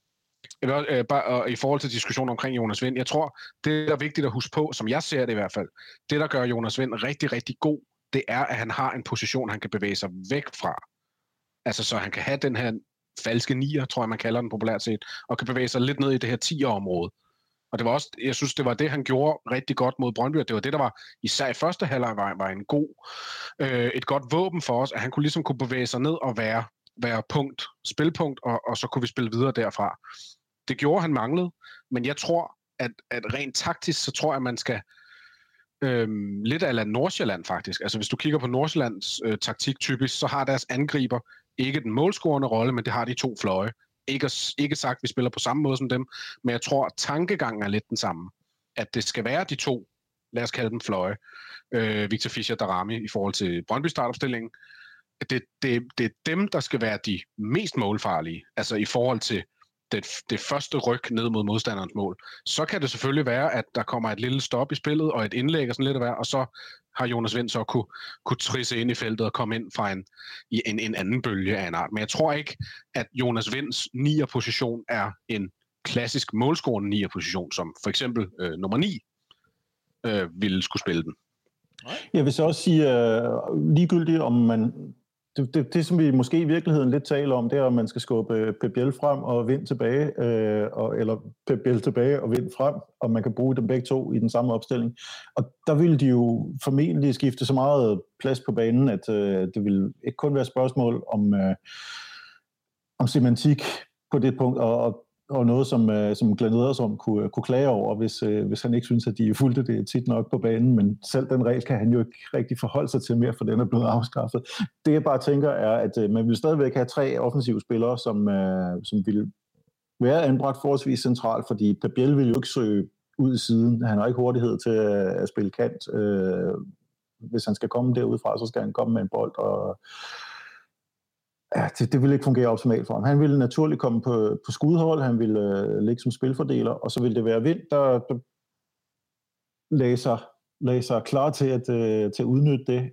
Bare i forhold til diskussionen omkring Jonas Wind, jeg tror, det der er vigtigt at huske på, som jeg ser det i hvert fald, det der gør Jonas Wind rigtig, rigtig god, det er, at han har en position, han kan bevæge sig væk fra. Altså, så han kan have den her falske nier, tror jeg, man kalder den populært set, og kan bevæge sig lidt ned i det her 10'er-område. Og det var også, jeg synes, det var det, han gjorde rigtig godt mod Brøndby, og det var det, der var især i første halvleg var en god, et godt våben for os, at han ligesom kunne bevæge sig ned og være spilpunkt, og så kunne vi spille videre derfra. Det gjorde, han manglede, men jeg tror, at rent taktisk, så tror jeg, at man skal lidt a la Nordsjælland faktisk. Altså hvis du kigger på Nordsjællands taktik typisk, så har deres angriber ikke den målscorende rolle, men det har de 2 fløje. Ikke sagt, at vi spiller på samme måde som dem, men jeg tror, at tankegangen er lidt den samme. At det skal være de 2, lad os kalde dem fløje, Victor Fischer og Darami i forhold til Brøndby startopstillingen. Det er dem, der skal være de mest målfarlige, altså i forhold til det første ryg ned mod modstanderens mål. Så kan det selvfølgelig være, at der kommer et lille stop i spillet, og et indlæg og sådan lidt af hver, og så har Jonas Wind så kunne trisse ind i feltet og komme ind fra en anden bølge af en art. Men jeg tror ikke, at Jonas Winds 9'er-position er en klassisk målscorende 9'er-position, som for eksempel nummer 9 ville skulle spille den. Jeg vil så også sige, ligegyldigt om man... Det, som vi måske i virkeligheden lidt taler om, det er, om man skal skubbe Pep Biel frem og Wind tilbage, eller Pep Biel tilbage og Wind frem, og man kan bruge dem begge 2 i den samme opstilling. Og der vil de jo formentlig skifte så meget plads på banen, at det vil ikke kun være et spørgsmål om semantik på det punkt, og noget, som Glenn Ederson kunne klage over, hvis han ikke synes, at de fulgte det tit nok på banen, men selv den regel kan han jo ikke rigtig forholde sig til mere, for den er blevet afskaffet. Det jeg bare tænker er, at man vil stadigvæk have 3 offensive spillere, som vil være anbragt forholdsvis centralt, fordi Pep Biel vil jo ikke søge ud i siden. Han har ikke hurtighed til at spille kant. Hvis han skal komme derudfra, så skal han komme med en bold, og ja, det vil ikke fungere optimalt for ham. Han ville naturligt komme på skudhold, han ville ligge som spilfordeler, og så ville det være Wind, der lagde sig klar til at udnytte det.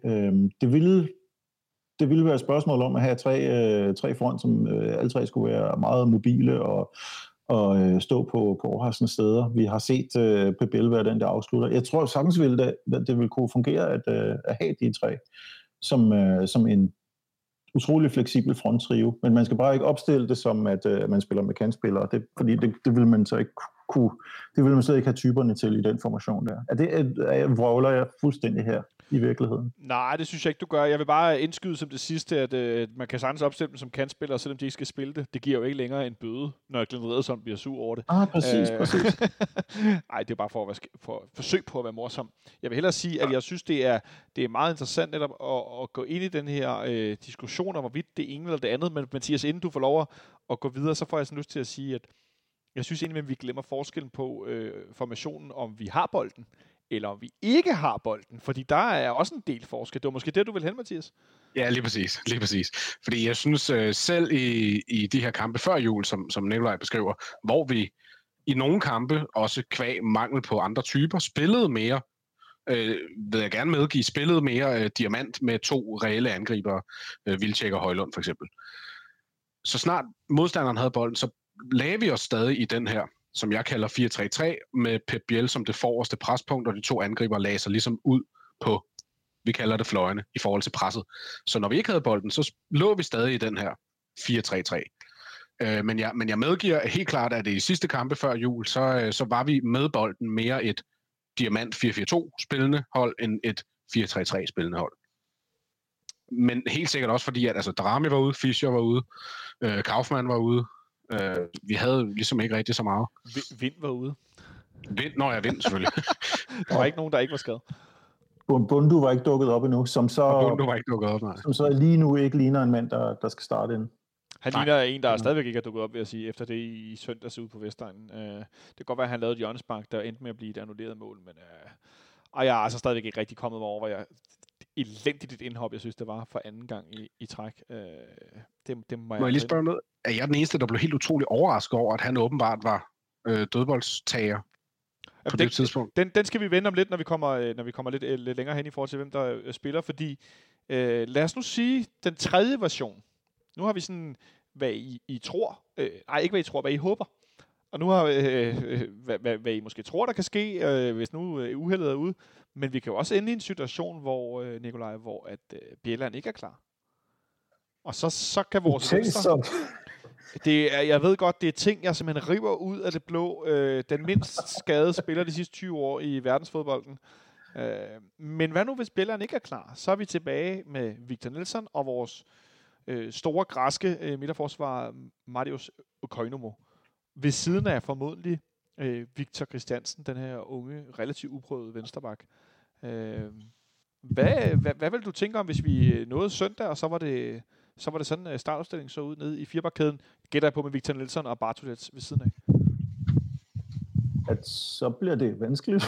Det ville være et spørgsmål om at have tre front, som alle 3 skulle være meget mobile og stå på overraskende steder. Vi har set Pep Biel være den, der afslutter. Jeg tror sagtens det vil kunne fungere at have de 3 som en utrolig fleksibel fronttrio, men man skal bare ikke opstille det som, at man spiller med kantspillere, fordi det vil man så ikke kunne, det vil man slet ikke have typerne til i den formation der. Vrøvler jeg fuldstændig her i virkeligheden? Nej, det synes jeg ikke, du gør. Jeg vil bare indskyde som det sidste, at man kan sagtens opstille dem som kantspillere, selvom de ikke skal spille det. Det giver jo ikke længere en bøde, når Glenn Ederson bliver sur over det. Præcis. Nej, det er bare for at forsøg på at være morsom. Jeg vil hellere sige, at jeg synes, det er meget interessant netop at gå ind i den her diskussion om, hvorvidt det ene eller det andet, men Mathias, inden du får lov at gå videre, så får jeg sådan lyst til at sige, at jeg synes egentlig, at vi glemmer forskellen på formationen, om vi har bolden, eller om vi ikke har bolden, fordi der er også en del forskel. Det var måske det, du vil hen, Mathias? Ja, lige præcis. Fordi jeg synes selv i de her kampe før jul, som Nikolaj beskriver, hvor vi i nogle kampe, også kvæg mangel på andre typer, spillede mere, vil jeg gerne medgive, spillede mere diamant med 2 reelle angribere, Wilczek og Højlund for eksempel. Så snart modstanderen havde bolden, så lagde vi os stadig i den her, som jeg kalder 4-3-3, med Pep Biel som det forreste prespunkt, og de 2 angriber lagde sig ligesom ud på, vi kalder det fløjene, i forhold til presset. Så når vi ikke havde bolden, så lå vi stadig i den her 4-3-3. Men jeg medgiver helt klart, at i sidste kampe før jul, så var vi med bolden mere et diamant 4-4-2 spillende hold, end et 4-3-3 spillende hold. Men helt sikkert også fordi, at altså, Darami var ude, Fischer var ude, Kaufmann var ude. Vi havde ligesom ikke rigtig så meget. Vind var ude. Vind selvfølgelig. Der var ikke nogen, der ikke var skadet. Bundu var ikke dukket op endnu, som så lige nu ikke ligner en mand, der skal starte ind. Han ligner en, der stadigvæk ikke er dukket op, vil jeg sige, efter det i søndags ude på Vestegnen. Det kan godt være, at han lavede et hjørnespark, der endte med at blive et annulleret mål, men jeg er altså stadigvæk ikke rigtig kommet over, hvor jeg elendigt et indhop, jeg synes, det var for anden gang i træk. Det må jeg lige spørge noget? Er jeg den eneste, der blev helt utrolig overrasket over, at han åbenbart var dødboldstager på det tidspunkt? Den skal vi vende om lidt, når vi kommer lidt længere hen i forhold til, hvem der spiller, fordi lad os nu sige, den tredje version. Nu har vi sådan, hvad I tror. Ikke hvad I tror, hvad I håber. Og nu har hvad I måske tror, der kan ske, hvis nu uheldet er ude. Men vi kan jo også ende i en situation, hvor Nikolaj, hvor at Bjelland ikke er klar. Og så kan vores venstre... Jeg ved godt, det er ting, jeg simpelthen river ud af det blå. Den mindst skadede spiller de sidste 20 år i verdensfodbolden. Men hvad nu, hvis Bjelland ikke er klar? Så er vi tilbage med Victor Nelsson og vores store græske midterforsvar Marius Koinomo. Ved siden af formodentlig Victor Christiansen, den her unge, relativt uprøvede vensterbak. Hvad vil du tænke om, hvis vi nåede søndag, og så var det sådan startopstilling så ud nede i firebakkæden? Gætter jeg på med Victor Nelsson og Bartolets ved siden af? At så bliver det vanskeligt.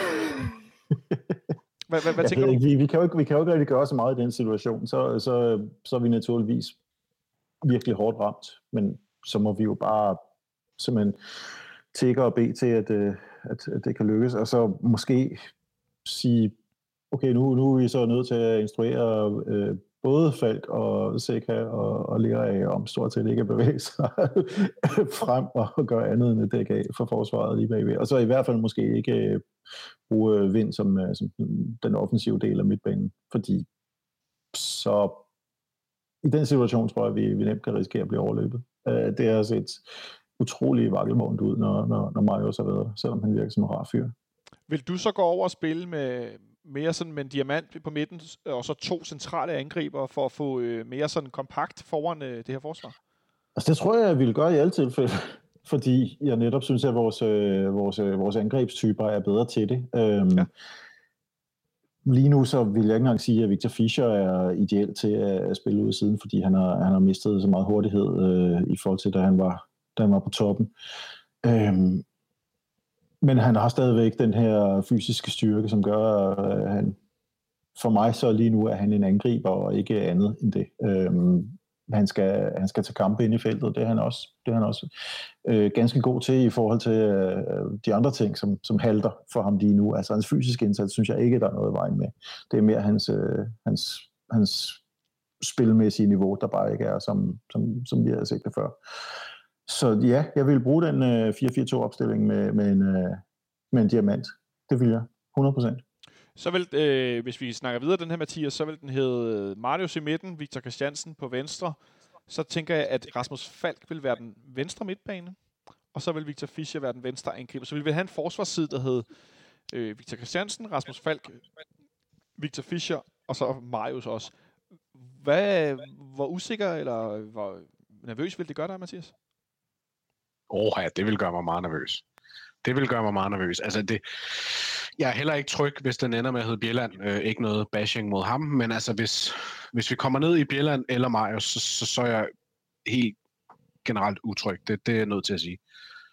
Hvad tænker du? Vi kan jo ikke rigtig gøre så meget i den situation. Så er vi naturligvis virkelig hårdt ramt, men så må vi jo bare simpelthen tække og bede til, at det kan lykkes, og så måske sige, okay, nu er vi så nødt til at instruere både Falk og Seca og Lerager om stort set ikke at bevæge sig frem og gøre andet end at dække af for forsvaret lige bagved. Og så i hvert fald måske ikke bruge Vind som den offensive del af midtbanen, fordi så i den situation tror jeg, vi nemt kan risikere at blive overløbet. Det har set utrolig vakkelvognt ud, når Marius har været der, selvom han virker som en rar fyr. Vil du så gå over og spille med mere sådan med en diamant på midten, og så 2 centrale angriber for at få mere sådan kompakt foran det her forsvar? Altså det tror jeg ville gøre i alle tilfælde, fordi jeg netop synes, at vores angrebstyper er bedre til det. Ja. Lige nu så vil jeg ikke engang sige, at Victor Fischer er ideel til at spille ud i siden, fordi han har mistet så meget hurtighed i forhold til, da han var på toppen. Men han har stadigvæk den her fysiske styrke, som gør, at han, for mig så lige nu er han en angriber og ikke andet end det. Han skal tage kampe ind i feltet, det er han også ganske god til i forhold til de andre ting, som halter for ham lige nu. Altså hans fysiske indsats, synes jeg ikke, der er noget i vejen med. Det er mere hans spilmæssige niveau, der bare ikke er, som vi havde set det før. Så ja, jeg vil bruge den 4-4-2-opstilling med en diamant. Det vil jeg. 100%. Så vil, hvis vi snakker videre den her, Mathias, så vil den hedde Marius i midten, Victor Christiansen på venstre. Så tænker jeg, at Rasmus Falk vil være den venstre midtbane, og så vil Victor Fischer være den venstre angriber. Så vi vil have en forsvarsside, der hedder Victor Christiansen, Rasmus Falk, Victor Fischer, og så Marius også. Hvor usikker eller hvor nervøs vil det gøre dig, Mathias? Ja, det vil gøre mig meget nervøs. Altså jeg er heller ikke tryg, hvis den ender med at hedde Bjelland. Ikke noget bashing mod ham, men altså hvis vi kommer ned i Bjelland eller Marius, så er jeg helt generelt utryg. Det er jeg nødt til at sige.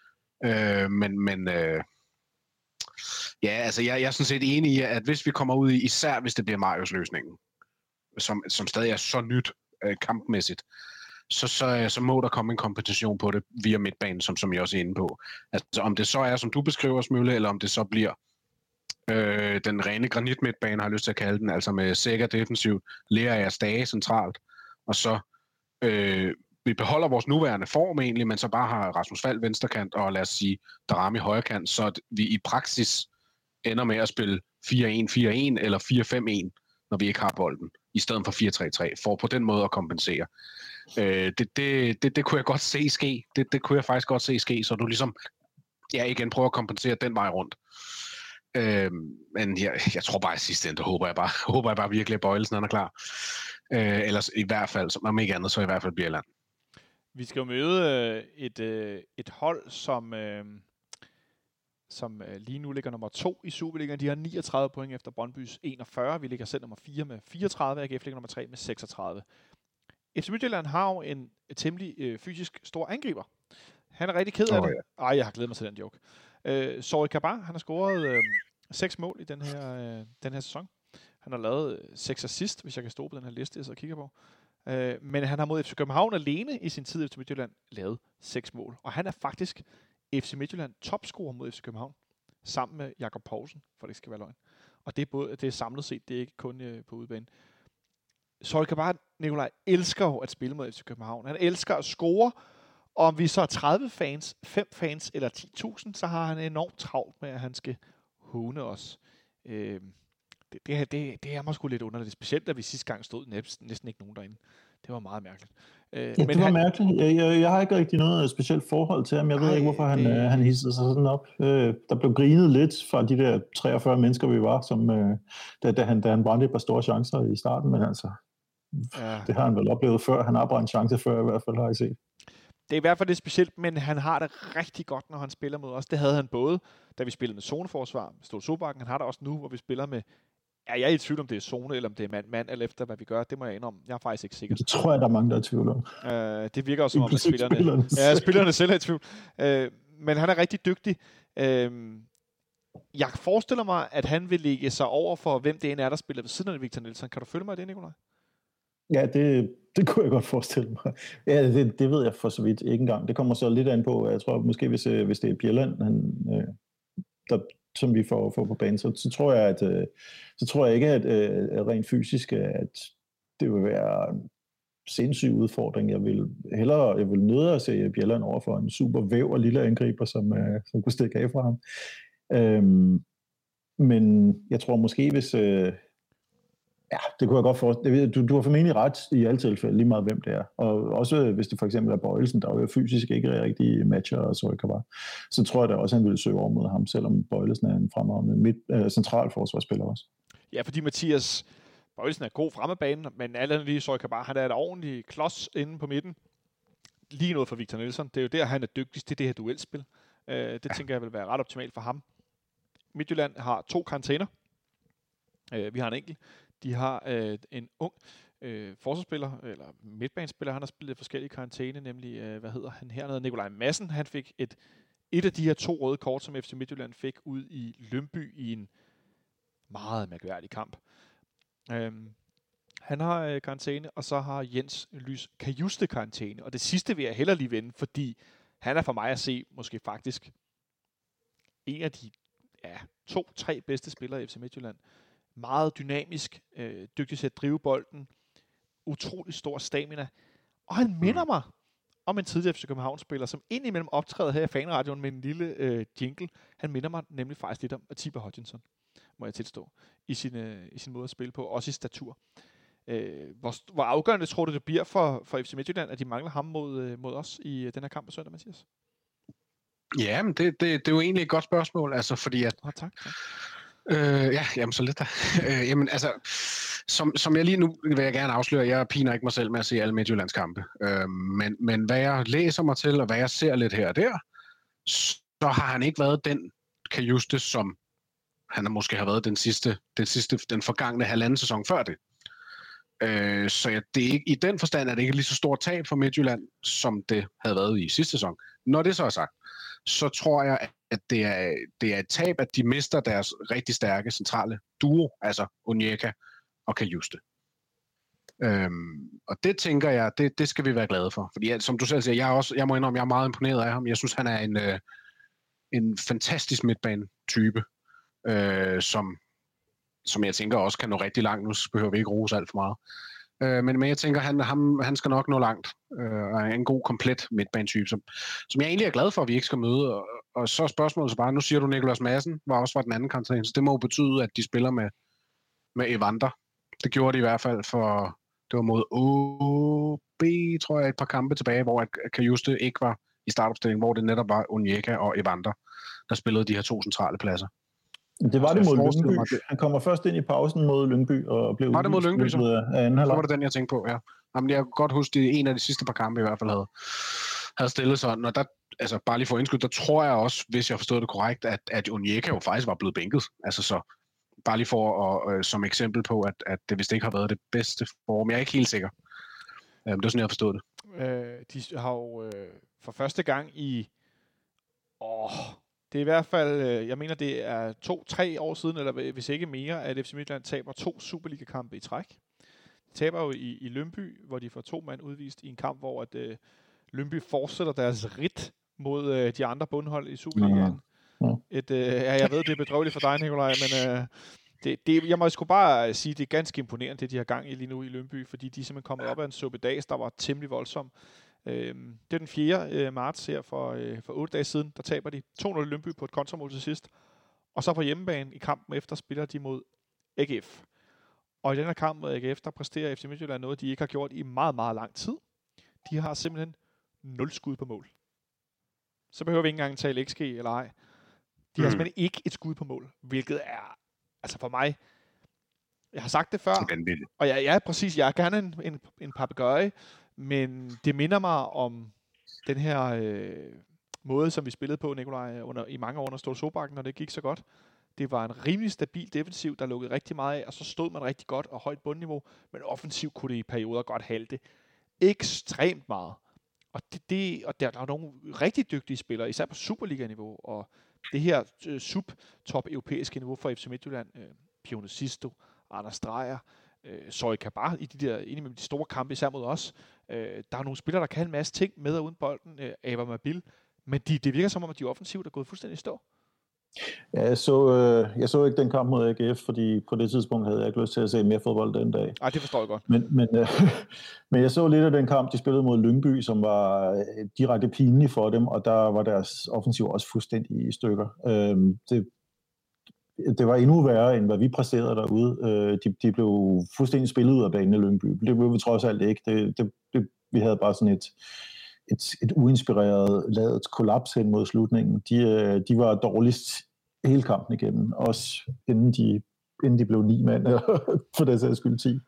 Ja, altså jeg er sådan set enig i, at hvis vi kommer ud i, især hvis det bliver Marius-løsningen, som stadig er så nyt kampmæssigt, så må der komme en kompensation på det via midtbanen, som jeg også er inde på. Altså om det så er, som du beskriver, Smølle, eller om det så bliver den rene granitmidtbane, har jeg lyst til at kalde den, altså med Seca defensivt, Lerager Stage centralt, og så vi beholder vores nuværende form egentlig, men så bare har Rasmus Falk venstrekant, og lad os sige Darami højrekant, så vi i praksis ender med at spille 4-1-4-1 eller 4-5-1, når vi ikke har bolden, i stedet for 4-3-3, for på den måde at kompensere. Det kunne jeg godt se ske. Det kunne jeg faktisk godt se ske, så du ligesom igen prøver at kompensere den vej rundt. Men jeg tror bare i sidste ende, håber jeg bare virkelig, at Bøjlesen er klar. Ellers i hvert fald, som om ikke andet, så i hvert fald Bjelland. Vi skal jo møde et hold, som lige nu ligger nummer 2 i Superligaen. De har 39 point efter Brøndbys 41. Vi ligger selv nummer 4 med 34. AGF ligger nummer 3 med 36. FC Midtjylland har jo en temmelig fysisk stor angriber. Han er rigtig ked af det. Ja. Ej, jeg har glædet mig til den joke. Zoe Kabar, han har scoret 6 mål i den her sæson. Han har lavet 6 assist, hvis jeg kan stå på den her liste, jeg så kigger på. Men han har mod FC København alene i sin tid i FC Midtjylland lavet 6 mål. Og han er faktisk FC Midtjylland topscorer mod FC København, sammen med Jakob Poulsen, for det ikke skal være løgn. Og det er samlet set, det er ikke kun på udebane. Zoe Kabar, Nikolaj, elsker jo at spille mod FC København. Han elsker at score, og om vi så er 30 fans, 5 fans eller 10.000, så har han enormt travlt med, at han skal håne os. Det er mig sgu lidt underligt, specielt da vi sidste gang stod næsten ikke nogen derinde. Det var meget mærkeligt. Men det var mærkeligt. Jeg har ikke rigtig noget specielt forhold til ham. Jeg ved ikke, hvorfor han hissede sig sådan op. Der blev grinet lidt fra de der 43 mennesker, vi var, som, da han brændte et par store chancer i starten, men altså, det har han vel oplevet før. Han har brændt chance før, i hvert fald har jeg set. Det er i hvert fald lidt specielt, men han har det rigtig godt, når han spiller mod os. Det havde han både, da vi spillede med zoneforsvar, Ståle Solbakken. Han har det også nu, hvor vi spiller med... Ja, jeg er i tvivl om det er zone, eller om det er mand, eller efter hvad vi gør. Det må jeg indrømme. Jeg er faktisk ikke sikker. Det tror jeg, der er mange, der er i tvivl om. Det virker også som om, at spillerne selv er i tvivl. Men han er rigtig dygtig. Jeg forestiller mig, at han vil lægge sig over for, hvem det er, der spiller ved siden af Victor Nielsen. Kan du følge mig i det, Nikolaj? Ja, det kunne jeg godt forestille mig. Ja, det ved jeg for så vidt ikke engang. Det kommer så lidt an på, jeg tror måske, hvis det er Bjelland, som vi får på banen, så tror jeg ikke, at rent fysisk, at det vil være en sindssyg udfordring. Jeg vil nødt at se Bjelland over for en super væv og lille angriber, som kunne stikke af fra ham. Men jeg tror måske, hvis... Ja, det kunne jeg godt forestille. Du har formentlig ret i alle tilfælde, lige meget hvem det er. Og også hvis det for eksempel er Bøjelsen, der jo fysisk ikke rigtig matcher og så tror jeg da også, han ville søge over mod ham, selvom Bøjelsen er en fremragende centralforsvarsspiller også. Ja, fordi Mathias Bøjelsen er god fremmebane, men alle lige Zoe Kabar, han er et ordentligt klods inde på midten. Lige noget for Victor Nielsen. Det er jo der, han er dygtigst til det her duelspil. Det tænker jeg vil være ret optimalt for ham. Midtjylland har 2 karantæner. Vi har en enkelt. De har en ung forsvarsspiller, eller midtbanespiller, han har spillet forskellige karantæne, nemlig, hvad hedder han hernede, Nikolaj Madsen. Han fik et af de her 2 røde kort, som FC Midtjylland fik ud i Lyngby i en meget mærkværdig kamp. Han har karantæne, og så har Jens Lys Kajuste karantæne. Og det sidste vil jeg heller lige vende, fordi han er for mig at se måske faktisk en af de 2-3 bedste spillere i FC Midtjylland. Meget dynamisk, dygtig til at drive bolden, utrolig stor stamina, og han minder mig om en tidligere FC København-spiller, som indimellem optræder her i fanradioen med en lille jingle. Han minder mig nemlig faktisk lidt om Atiba Hutchinson, må jeg tilstå, i sin måde at spille på, også i statur. Hvor afgørende tror du, det bliver for FC Midtjylland, at de mangler ham mod os i den her kamp på søndag, Mathias? Ja, men det er jo egentlig et godt spørgsmål, altså fordi at... Tak. Jamen så lidt der. Jamen altså, som jeg lige nu vil jeg gerne afsløre, jeg piner ikke mig selv med at se alle Midtjyllands kampe. Men hvad jeg læser mig til, og hvad jeg ser lidt her og der, så har han ikke været den Kajuste, som han måske har været den forgangne halvanden sæson før det. Så det er ikke, i den forstand er det ikke lige så stort tab for Midtjylland, som det havde været i sidste sæson. Når det så er sagt, så tror jeg, at det er et tab, at de mister deres rigtig stærke centrale duo, altså Onyeka og Kajuste. Og det tænker jeg, det skal vi være glade for. Fordi som du selv siger, jeg må indrømme, jeg er meget imponeret af ham. Jeg synes, han er en fantastisk midtbane-type, som jeg tænker også kan nå rigtig langt. Nu behøver vi ikke rose alt for meget. Men jeg tænker, han skal nok nå langt. Og er en god, komplet midtbanetype, som jeg egentlig er glad for, at vi ikke skal møde. Og så er spørgsmålet så bare, nu siger du, Nicolas Madsen var den anden karantæne, så det må jo betyde, at de spiller med Evander. Det gjorde de i hvert fald det var mod OB, tror jeg, et par kampe tilbage, hvor Kajuste ikke var i startopstillingen, hvor det netop var Onyeka og Evander, der spillede de her 2 centrale pladser. Det var det mod Lyngby. Han kommer først ind i pausen mod Lyngby og blev... Var det mod Lyngby, så? Så var det den, jeg tænkte på, ja. Jamen, jeg kan godt huske, at en af de sidste par kampe i hvert fald havde stillet sådan, og der, altså bare lige for indskud, der tror jeg også, hvis jeg forstod det korrekt, at Onyeka jo faktisk var blevet bænket. Altså så, bare lige for som eksempel på, at det vist ikke har været det bedste form. Jeg er ikke helt sikker. Det er sådan, jeg har forstået det. De har jo for første gang i... det er i hvert fald, jeg mener, det er 2-3 år siden, eller hvis ikke mere, at FC Midtjylland taber 2 Superliga-kampe i træk. De taber jo i Lyngby, hvor de får 2 mand udvist i en kamp, hvor at, Lyngby fortsætter deres ridt mod de andre bundhold i Superligaen. Jeg ved, det er bedrøveligt for dig, Nikolaj, men jeg må sgu bare sige, det er ganske imponerende, det de har gang i lige nu i Lyngby, fordi de er simpelthen kommet op af en suppedags, der var temmelig voldsom. Det er den 4. marts her for 8 dage siden, der taber de 2-0 i Lyngby på et kontramål til sidst. Og så på hjemmebane i kampen efter spiller de mod AGF. Og i den her kamp mod AGF, der præsterer FC Midtjylland noget, de ikke har gjort i meget, meget lang tid. De har simpelthen 0 skud på mål. Så behøver vi ikke engang tale XG eller ej. De har simpelthen ikke et skud på mål, hvilket er, altså for mig, jeg har sagt det før, og jeg er gerne en papegøje, men det minder mig om den her måde, som vi spillede på, Nikolaj, i mange år under Ståle Solbakken, når det gik så godt. Det var en rimelig stabil defensiv, der lukkede rigtig meget af, og så stod man rigtig godt og højt bundniveau, men offensivt kunne det i perioder godt halte ekstremt meget. Og der er nogle rigtig dygtige spillere, især på Superliga-niveau, og det her sub-top-europæiske niveau for FC Midtjylland, Pione Sisto, Anders Dreyer, Zoe Kabar i de store kampe, især mod os. Der er nogle spillere, der kan en masse ting med og uden bolden, Ava Mabil, men det virker som om, at de offensivt er gået fuldstændig i stå. Ja, jeg så ikke den kamp mod AGF, fordi på det tidspunkt havde jeg ikke lyst til at se mere fodbold den dag. Nej, det forstår jeg godt. Men jeg så lidt af den kamp, de spillede mod Lyngby, som var direkte pinlig for dem, og der var deres offensiv også fuldstændig i stykker. Det var endnu værre, end hvad vi præsterede derude. De blev fuldstændig spillet ud af banen i Lyngby. Det blev vi trods alt ikke. Vi havde bare sådan et uinspireret ladet kollaps hen mod slutningen. De var dårligst hele kampen igennem, også inden de blev 9 mand, for det sags skyld 10.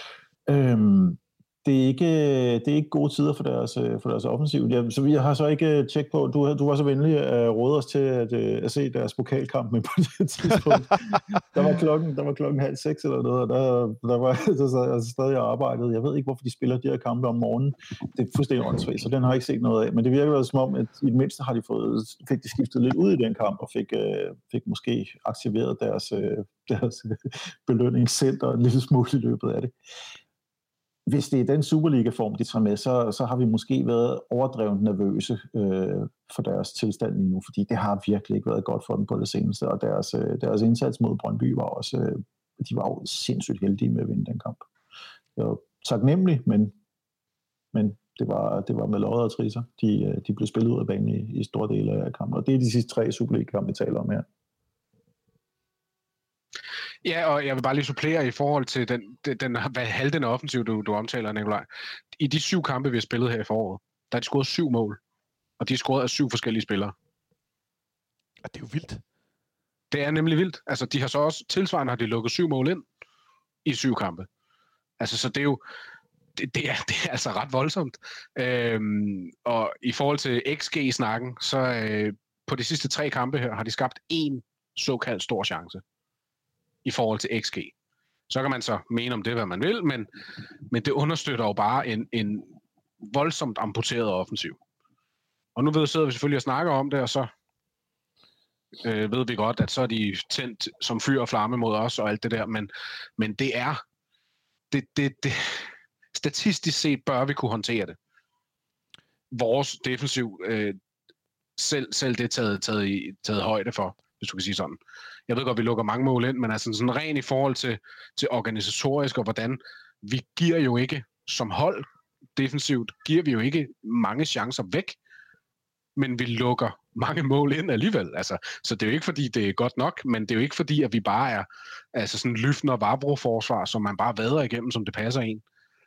Det er ikke gode tider for deres offensiv. Så vi har så ikke tjekket på, du var så venlig at råde os til at se deres pokalkamp med på det tidspunkt. Der var klokken 5:30 eller noget, og der sad jeg stadig og arbejdede. Jeg ved ikke, hvorfor de spiller de her kampe om morgenen. Det er fuldstændig åndssvagt, så den har jeg ikke set noget af. Men det virker som om, at i det mindste har fik de skiftet lidt ud i den kamp, og fik måske aktiveret deres belønningscenter en lille smule i løbet af det. Hvis det er den Superliga-form, de tager med, så har vi måske været overdrevet nervøse for deres tilstand lige nu, fordi det har virkelig ikke været godt for dem på det seneste, og deres indsats mod Brøndby var også, de var jo sindssygt heldige med at vinde den kamp. Det var taknemmelig, men det var med lodder og trisser. De blev spillet ud af banen i store dele af kampen, og det er de sidste 3 Superliga-kampe, vi taler om her. Ja, og jeg vil bare lige supplere i forhold til den halvdende offensiv, du omtaler, Nikolaj. I de 7 kampe, vi har spillet her i foråret, der er de scoret 7 mål. Og de er scoret af 7 forskellige spillere. Og det er jo vildt. Det er nemlig vildt. Altså, de har så også tilsvarende har de lukket 7 mål ind i 7 kampe. Altså, så det er jo det er altså ret voldsomt. Og i forhold til XG-snakken, så på de sidste 3 kampe her, har de skabt 1 såkaldt stor chance i forhold til XG. Så kan man så mene om det, hvad man vil, men det understøtter jo bare en voldsomt amputeret offensiv. Og nu sidder vi selvfølgelig og snakker om det, og så ved vi godt, at så er de tændt som fyr og flamme mod os og alt det der, men det er statistisk set bør vi kunne håndtere det. Vores defensiv selv det taget højde for, hvis du kan sige sådan. Jeg ved godt, vi lukker mange mål ind, men altså sådan ren i forhold til organisatorisk og hvordan vi giver jo ikke som hold defensivt, giver vi jo ikke mange chancer væk, men vi lukker mange mål ind alligevel. Altså, så det er jo ikke, fordi det er godt nok, men det er jo ikke, fordi at vi bare er altså sådan lyftende og Varbro-forsvar, som man bare vader igennem, som det passer en.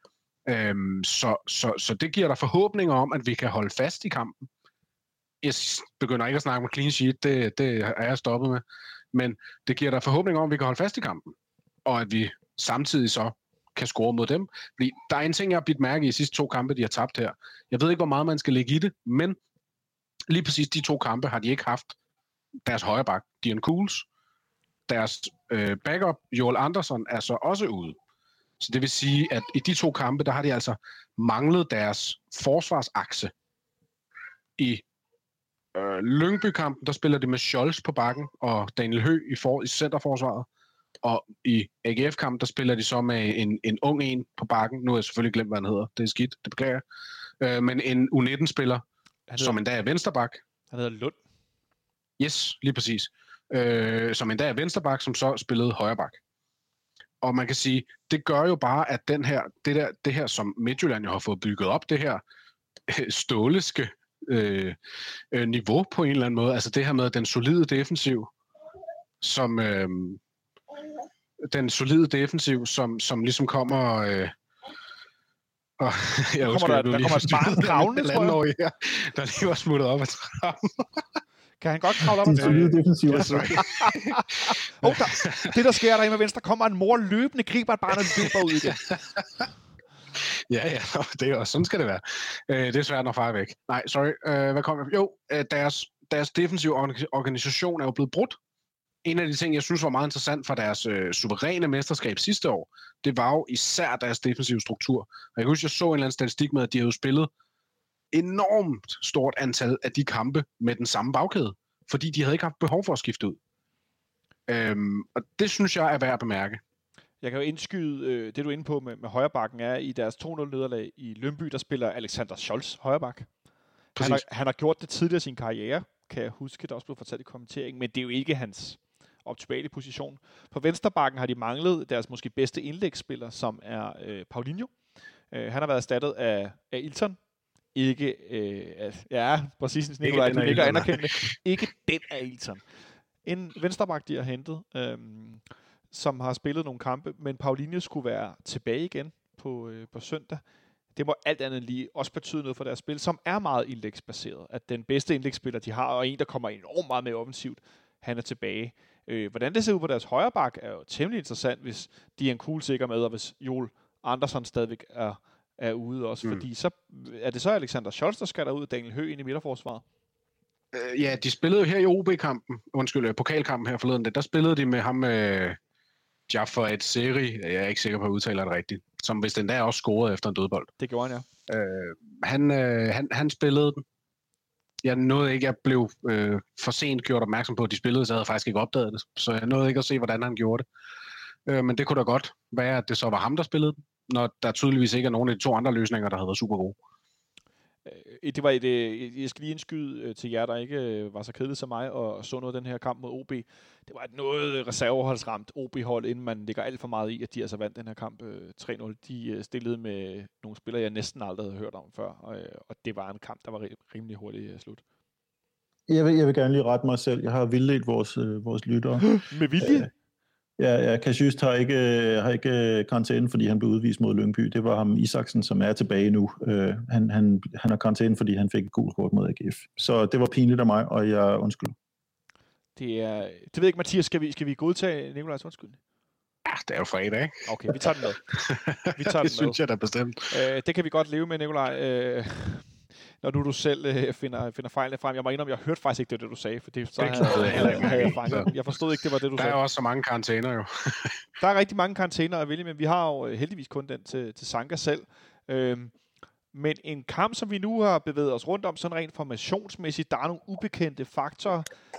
Så det giver der forhåbninger om, at vi kan holde fast i kampen. Jeg begynder ikke at snakke med clean sheet, det er jeg stoppet med. Men det giver dig forhåbning om, at vi kan holde fast i kampen, og at vi samtidig så kan score mod dem. Fordi der er en ting, jeg har bidt mærke i sidste 2 kampe, de har tabt her. Jeg ved ikke, hvor meget man skal lægge i det, men lige præcis de 2 kampe har de ikke haft deres højreback, Dion Cools. Deres backup, Joel Anderson, er så også ude. Så det vil sige, at i de 2 kampe, der har de altså manglet deres forsvarsakse. I Lyngby-kampen, der spiller de med Scholz på bakken, og Daniel Høgh i centerforsvaret. Og i AGF-kampen, der spiller de så med en ung en på bakken. Nu har jeg selvfølgelig glemt, hvad han hedder. Det er skidt, det beklager jeg. Men en U19-spiller, som endda er vensterbak. Han hedder Lund. Yes, lige præcis. Som endda er vensterbak, som så spillede højrebak. Og man kan sige, det gør jo bare, at det her, som Midtjylland jo har fået bygget op, det her ståleske niveau på en eller anden måde, altså det her med den solide defensiv, som som ligesom kommer og jeg der kommer et barn kravlende, tror jeg. Der lige var smuttet op ad trappen. Kan han godt kravle op ad solide defensiv. Det der sker derinde med venstre, kommer en mor løbende, griber et barn og løber ud igen. Ja, det er også, sådan skal det være. Det er svært, når far er væk. Nej, sorry. Hvad kom jeg? Jo, deres defensive organisation er jo blevet brudt. En af de ting, jeg synes var meget interessant for deres suveræne mesterskab sidste år, det var jo især deres defensive struktur. Og jeg kan huske, jeg så en eller anden statistik med, at de havde spillet enormt stort antal af de kampe med den samme bagkæde, fordi de havde ikke haft behov for at skifte ud. Og det synes jeg er værd at bemærke. Jeg kan jo indskyde, det du er inde på med højrebakken er, i deres 2-0-nederlag i Lyngby, der spiller Alexander Scholz højrebak. Han har gjort det tidligere i sin karriere, kan jeg huske, der også blev fortalt i kommenteringen, men det er jo ikke hans optimale position. På venstrebakken har de manglet deres måske bedste indlægsspiller, som er Paulinho. Han har været erstattet af Ilton. Ikke, præcis, Nikolaj, du ikke anerkendte. Ikke den af Ilton. En venstreback, de har hentet, som har spillet nogle kampe, men Paulinho skulle være tilbage igen på søndag. Det må alt andet lige også betyde noget for deres spil, som er meget indlægsbaseret. At den bedste indlægsspiller, de har, og en, der kommer enormt meget mere offensivt, han er tilbage. Hvordan det ser ud på deres højreback, er jo temmelig interessant, hvis Dion Cools ikke er med, og hvis Joel Anderson stadigvæk er ude også. Fordi så er det så Alexander Scholz, der skal derud, og Daniel Høgh ind i midterforsvaret. Ja, de spillede jo her i OB-kampen, pokalkampen her forleden, der spillede de med ham, Jaffer Etseri, jeg er ikke sikker på, at jeg udtaler det rigtigt, som hvis den der også scorede efter en dødbold. Det gjorde han, ja. Han spillede den. Jeg nåede ikke, jeg blev for sent gjort opmærksom på, at de spillede, så jeg havde faktisk ikke opdaget det. Så jeg nåede ikke at se, hvordan han gjorde det. Men det kunne da godt være, at det så var ham, der spillede den, når der tydeligvis ikke er nogen af de 2 andre løsninger, der havde været super gode. Det var jeg skal lige indskyde til jer, der ikke var så kedelige som mig, og så noget af den her kamp mod OB. Det var et noget reserveholdsramt OB-hold, inden man ligger alt for meget i, at de altså vandt den her kamp 3-0. De stillede med nogle spillere, jeg næsten aldrig havde hørt om før, og det var en kamp, der var rimelig hurtigt slut. Jeg vil gerne lige rette mig selv. Jeg har vildledt vores lyttere. Med vilje? Ja, Cassius har ikke karantæne, fordi han blev udvist mod Lyngby. Det var ham Isaksen, som er tilbage nu. Han har karantæne, fordi han fik et gult kort mod AGF. Så det var pinligt af mig, og jeg undskylder. Det ved jeg ikke, Mathias. Skal vi godtage Nikolajs undskyldning? Ja, det er jo fredag, ikke? Okay, vi tager den med. Det synes jeg da bestemt. Det kan vi godt leve med, Nikolaj. Når du selv finder fejlene frem. Jeg må indrømme, jeg hørte faktisk ikke det du sagde, for det jeg forstod ikke, det var det, du sagde. Der er også så mange karantæner jo. Der er rigtig mange karantæner at vælge, men vi har jo heldigvis kun den til Sanka selv. Men en kamp, som vi nu har bevæget os rundt om, sådan rent formationsmæssigt, der er nogle ubekendte faktorer.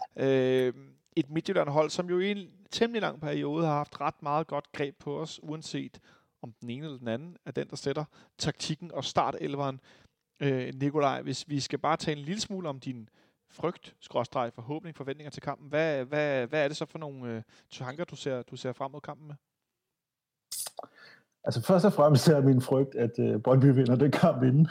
Et Midtjylland-hold, som jo i en temmelig lang periode har haft ret meget godt greb på os, uanset om den ene eller den anden er den, der sætter taktikken og startelveren. Nikolaj, hvis vi skal bare tale en lille smule om din frygt, forhåbning, forventninger til kampen, hvad er det så for nogle tanker, du ser frem mod kampen med? Altså først og fremmest er min frygt, at Brøndby vinder den kamp inden.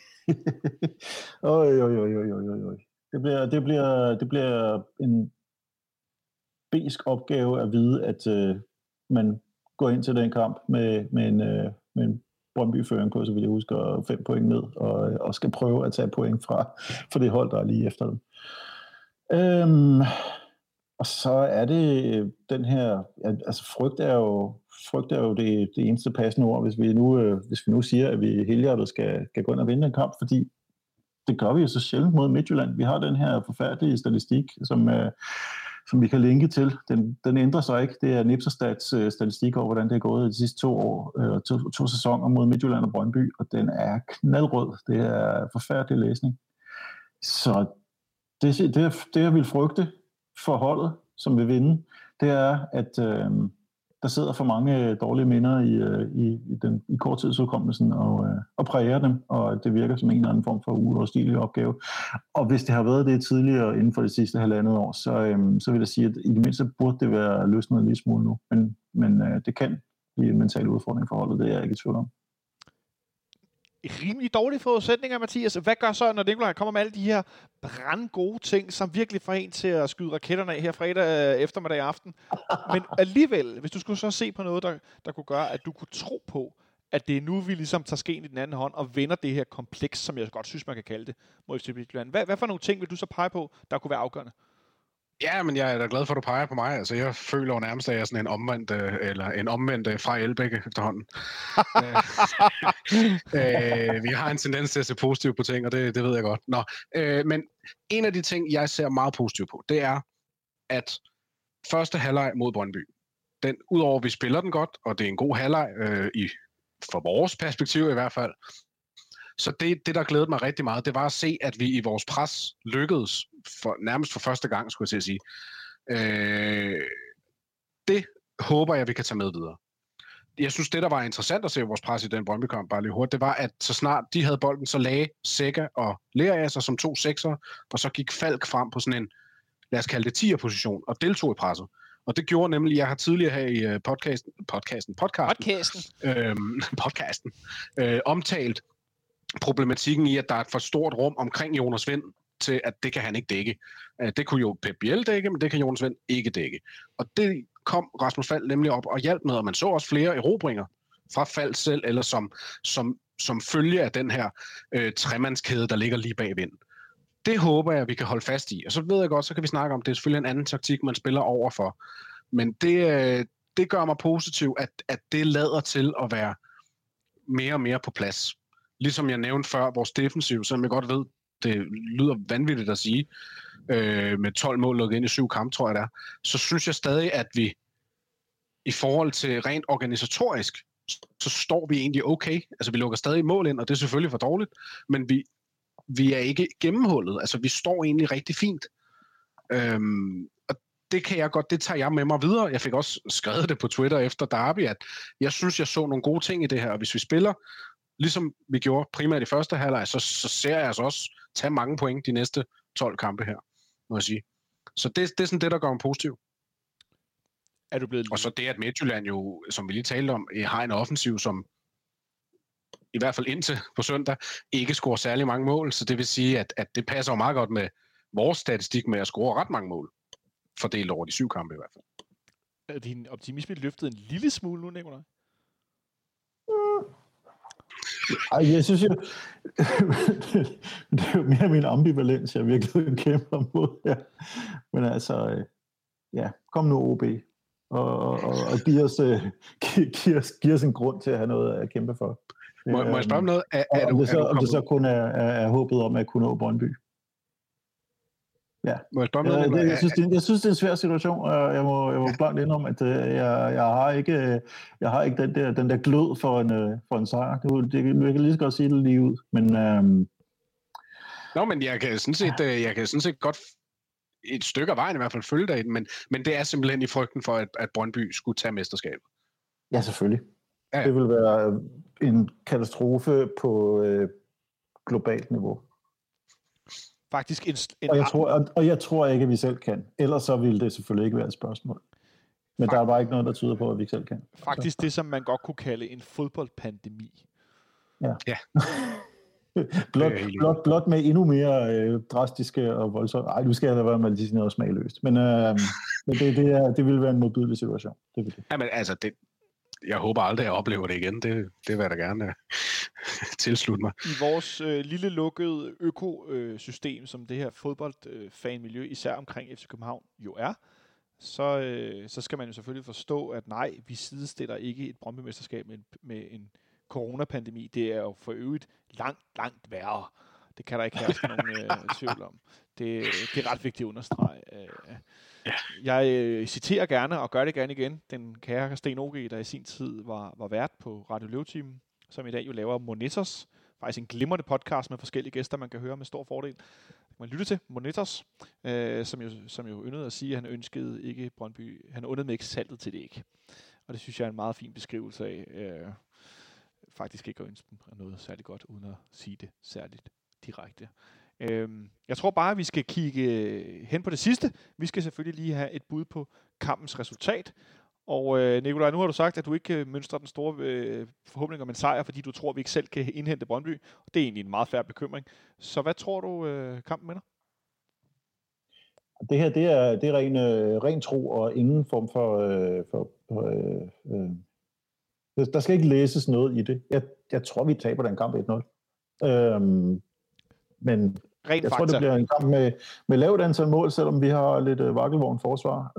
Det bliver en besk opgave at vide, at man går ind til den kamp med en Brøndby-føring på, så vil jeg huske 5 point ned, og skal prøve at tage point fra det hold, der er lige efter dem. Og så er det den her, altså frygt er jo det eneste passende ord, hvis vi nu siger, at vi helhjertet skal gå ind og vinde en kamp, fordi det gør vi jo så sjældent mod Midtjylland. Vi har den her forfærdelige statistik, som vi kan linke til. Den ændrer sig ikke. Det er Nipserstats statistik over, hvordan det er gået de sidste 2 år, to sæsoner mod Midtjylland og Brøndby, og den er knaldrød. Det er forfærdelig læsning. Så det jeg vil frygte for holdet, som vil vinde, det er, at der sidder for mange dårlige minder i korttidsudkommelsen og præger dem, og det virker som en eller anden form for uoverstigelig opgave. Og hvis det har været det tidligere inden for det sidste 1,5 år, så vil jeg sige, at i det mindste burde det være løsnet en lille smule nu. Men det kan blive en mental udfordring for holdet, det er jeg ikke i tvivl om. Rimelig dårlige forudsætninger, Mathias. Hvad gør så, når Nikolaj kommer med alle de her brandgode ting, som virkelig får en til at skyde raketterne af her fredag eftermiddag aften? Men alligevel, hvis du skulle så se på noget, der kunne gøre, at du kunne tro på, at det er nu, vi ligesom tager skeen i den anden hånd og vender det her kompleks, som jeg godt synes, man kan kalde det, mod FC Midtjylland. Hvad for nogle ting vil du så pege på, der kunne være afgørende? Ja, men jeg er da glad for, at du peger på mig. Altså, jeg føler jo nærmest, at jeg er sådan en omvendt fra Elbæk efterhånden. Vi har en tendens til at se positivt på ting, og det ved jeg godt. Men en af de ting, jeg ser meget positivt på, det er, at første halvleg mod Brøndby, udover at vi spiller den godt, og det er en god halvleg, for vores perspektiv i hvert fald, så det, der glædede mig rigtig meget, det var at se, at vi i vores pres lykkedes, nærmest for første gang, skulle jeg til at sige. Det håber jeg, vi kan tage med videre. Jeg synes, det, der var interessant at se i vores pres i den Brøndby-kamp, bare lige hurtigt, det var, at så snart de havde bolden, så lagde Sækker og Lerager som 2 sekser, og så gik Falk frem på sådan en, lad os kalde det 10'er-position, og deltog i presset. Og det gjorde nemlig, jeg har tidligere her i podcasten omtalt problematikken i, at der er et for stort rum omkring Jonas Vind, til at det kan han ikke dække. Det kunne jo Pep Biel dække, men det kan Jonas Vind ikke dække. Og det kom Rasmus Falk nemlig op og hjalp med, og man så også flere erobringer fra Falk selv, eller som følge af den her tremandskæde, der ligger lige bag Vind. Det håber jeg, vi kan holde fast i. Og så ved jeg godt, så kan vi snakke om, det er selvfølgelig en anden taktik, man spiller overfor. Men det gør mig positiv, at det lader til at være mere og mere på plads. Ligesom jeg nævnte før, vores defensiv, som jeg godt ved, det lyder vanvittigt at sige, med 12 mål lukket ind i 7 kampe, tror jeg det er, så synes jeg stadig, at vi i forhold til rent organisatorisk, så står vi egentlig okay. Altså vi lukker stadig mål ind, og det er selvfølgelig for dårligt, men vi er ikke gennemhullet. Altså vi står egentlig rigtig fint. Og det kan jeg godt, det tager jeg med mig videre. Jeg fik også skrevet det på Twitter efter Derby, at jeg synes, jeg så nogle gode ting i det her, og hvis vi spiller ligesom vi gjorde primært i første halvleg, så ser jeg altså også tage mange point de næste 12 kampe her, må jeg sige. Så det er sådan det, der gør mig positiv. Er du blevet... Og så det, at Midtjylland jo, som vi lige talte om, har en offensiv, som i hvert fald indtil på søndag, ikke scorer særlig mange mål. Så det vil sige, at det passer jo meget godt med vores statistik med at score ret mange mål. Fordelt over de 7 kampe i hvert fald. Er din optimisme løftet en lille smule nu, Nikolaj? Ej, jeg synes jo, det er jo mere min ambivalens, jeg virkelig kæmper mod her. Men altså, ja, kom nu OB, og giv os en grund til at have noget at kæmpe for. Må jeg spørge om noget? Om det så kun er håbet om at kunne nå Brøndby. Ja. Må jeg spørge om noget? Jeg synes, det er en svær situation, og jeg må blankt indrømme, at jeg har ikke den der glød for en sejr. Jeg kan lige så godt sige det lige ud, men... Nå, men jeg kan sådan set godt et stykke af vejen i hvert fald følge dig, men det er simpelthen i frygten for, at Brøndby skulle tage mesterskabet. Ja, selvfølgelig. Ja. Det vil være en katastrofe på globalt niveau. Faktisk og jeg tror ikke, at vi selv kan. Ellers så ville det selvfølgelig ikke være et spørgsmål. Men der er bare ikke noget, der tyder på, at vi selv kan. Faktisk det, som man godt kunne kalde en fodboldpandemi. Ja. blot med endnu mere drastiske og voldsomme... Ej, nu skal jeg da være med at sige noget smagløst. Men det ville være en modbydelig situation. Det vil det. Jamen, altså, jeg håber aldrig, at jeg oplever det igen. Det vil jeg da gerne tilslutte mig. I vores lille lukkede økosystem, som det her fodboldfanmiljø, især omkring FC København, jo er, så skal man jo selvfølgelig forstå, at nej, vi sidestiller ikke et Brøndby-mesterskab med en coronapandemi. Det er jo for øvrigt langt værre. Det kan der ikke herske nogen tvivl om. Det er ret vigtigt at understrege. Jeg citerer gerne, og gør det gerne igen, den kære Sten O.G., der i sin tid var vært på Radio Løvetimen, som i dag jo laver Monitors. Faktisk en glimrende podcast med forskellige gæster, man kan høre med stor fordel. Man lytter til Monitors, som jo yndede at sige, at han ønskede ikke Brøndby. Han undede med ikke saltet til det ikke. Og det synes jeg er en meget fin beskrivelse af faktisk ikke at ønske dem noget særligt godt, uden at sige det særligt direkte. Jeg tror bare, at vi skal kigge hen på det sidste. Vi skal selvfølgelig lige have et bud på kampens resultat. Og Nikolaj, nu har du sagt, at du ikke mønstrer den store forhåbning om en sejr, fordi du tror, at vi ikke selv kan indhente Brøndby. Det er egentlig en meget fair bekymring. Så hvad tror du, kampen ender? Det her, det er ren tro og ingen form for der skal ikke læses noget i det. Jeg tror, vi taber den kamp 1-0. Men Ren jeg fakta. tror, det bliver en kamp med lavt antal mål, selvom vi har lidt vakkelvogn forsvar.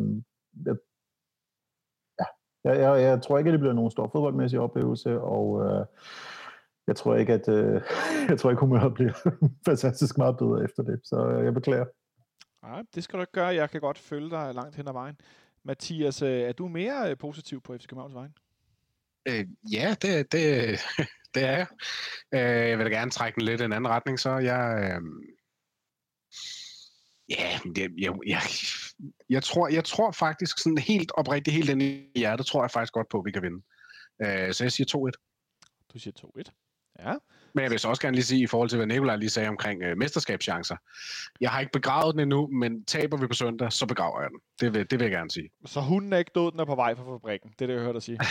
Jeg tror ikke, at det bliver nogen stor fodboldmæssig oplevelse, og jeg tror ikke, at humøret bliver fantastisk meget bedre efter det. Så jeg beklager. Nej, det skal du ikke gøre. Jeg kan godt følge dig langt hen ad vejen. Mathias, er du mere positiv på FC Københavns vejen? Ja, det er jeg. Jeg vil da gerne trække den lidt i en anden retning, så jeg tror faktisk sådan helt oprigtigt, helt ind i hjertet, tror jeg faktisk godt på, at vi kan vinde. Så jeg siger 2-1. Du siger 2-1. Ja. Men jeg vil så også gerne lige sige, i forhold til, hvad Nikolaj lige sagde omkring mesterskabschancer. Jeg har ikke begravet den endnu, men taber vi på søndag, så begraver jeg den. Det vil jeg gerne sige. Så hunden er ikke død, den er på vej fra fabrikken. Det er det, jeg hørte dig sige.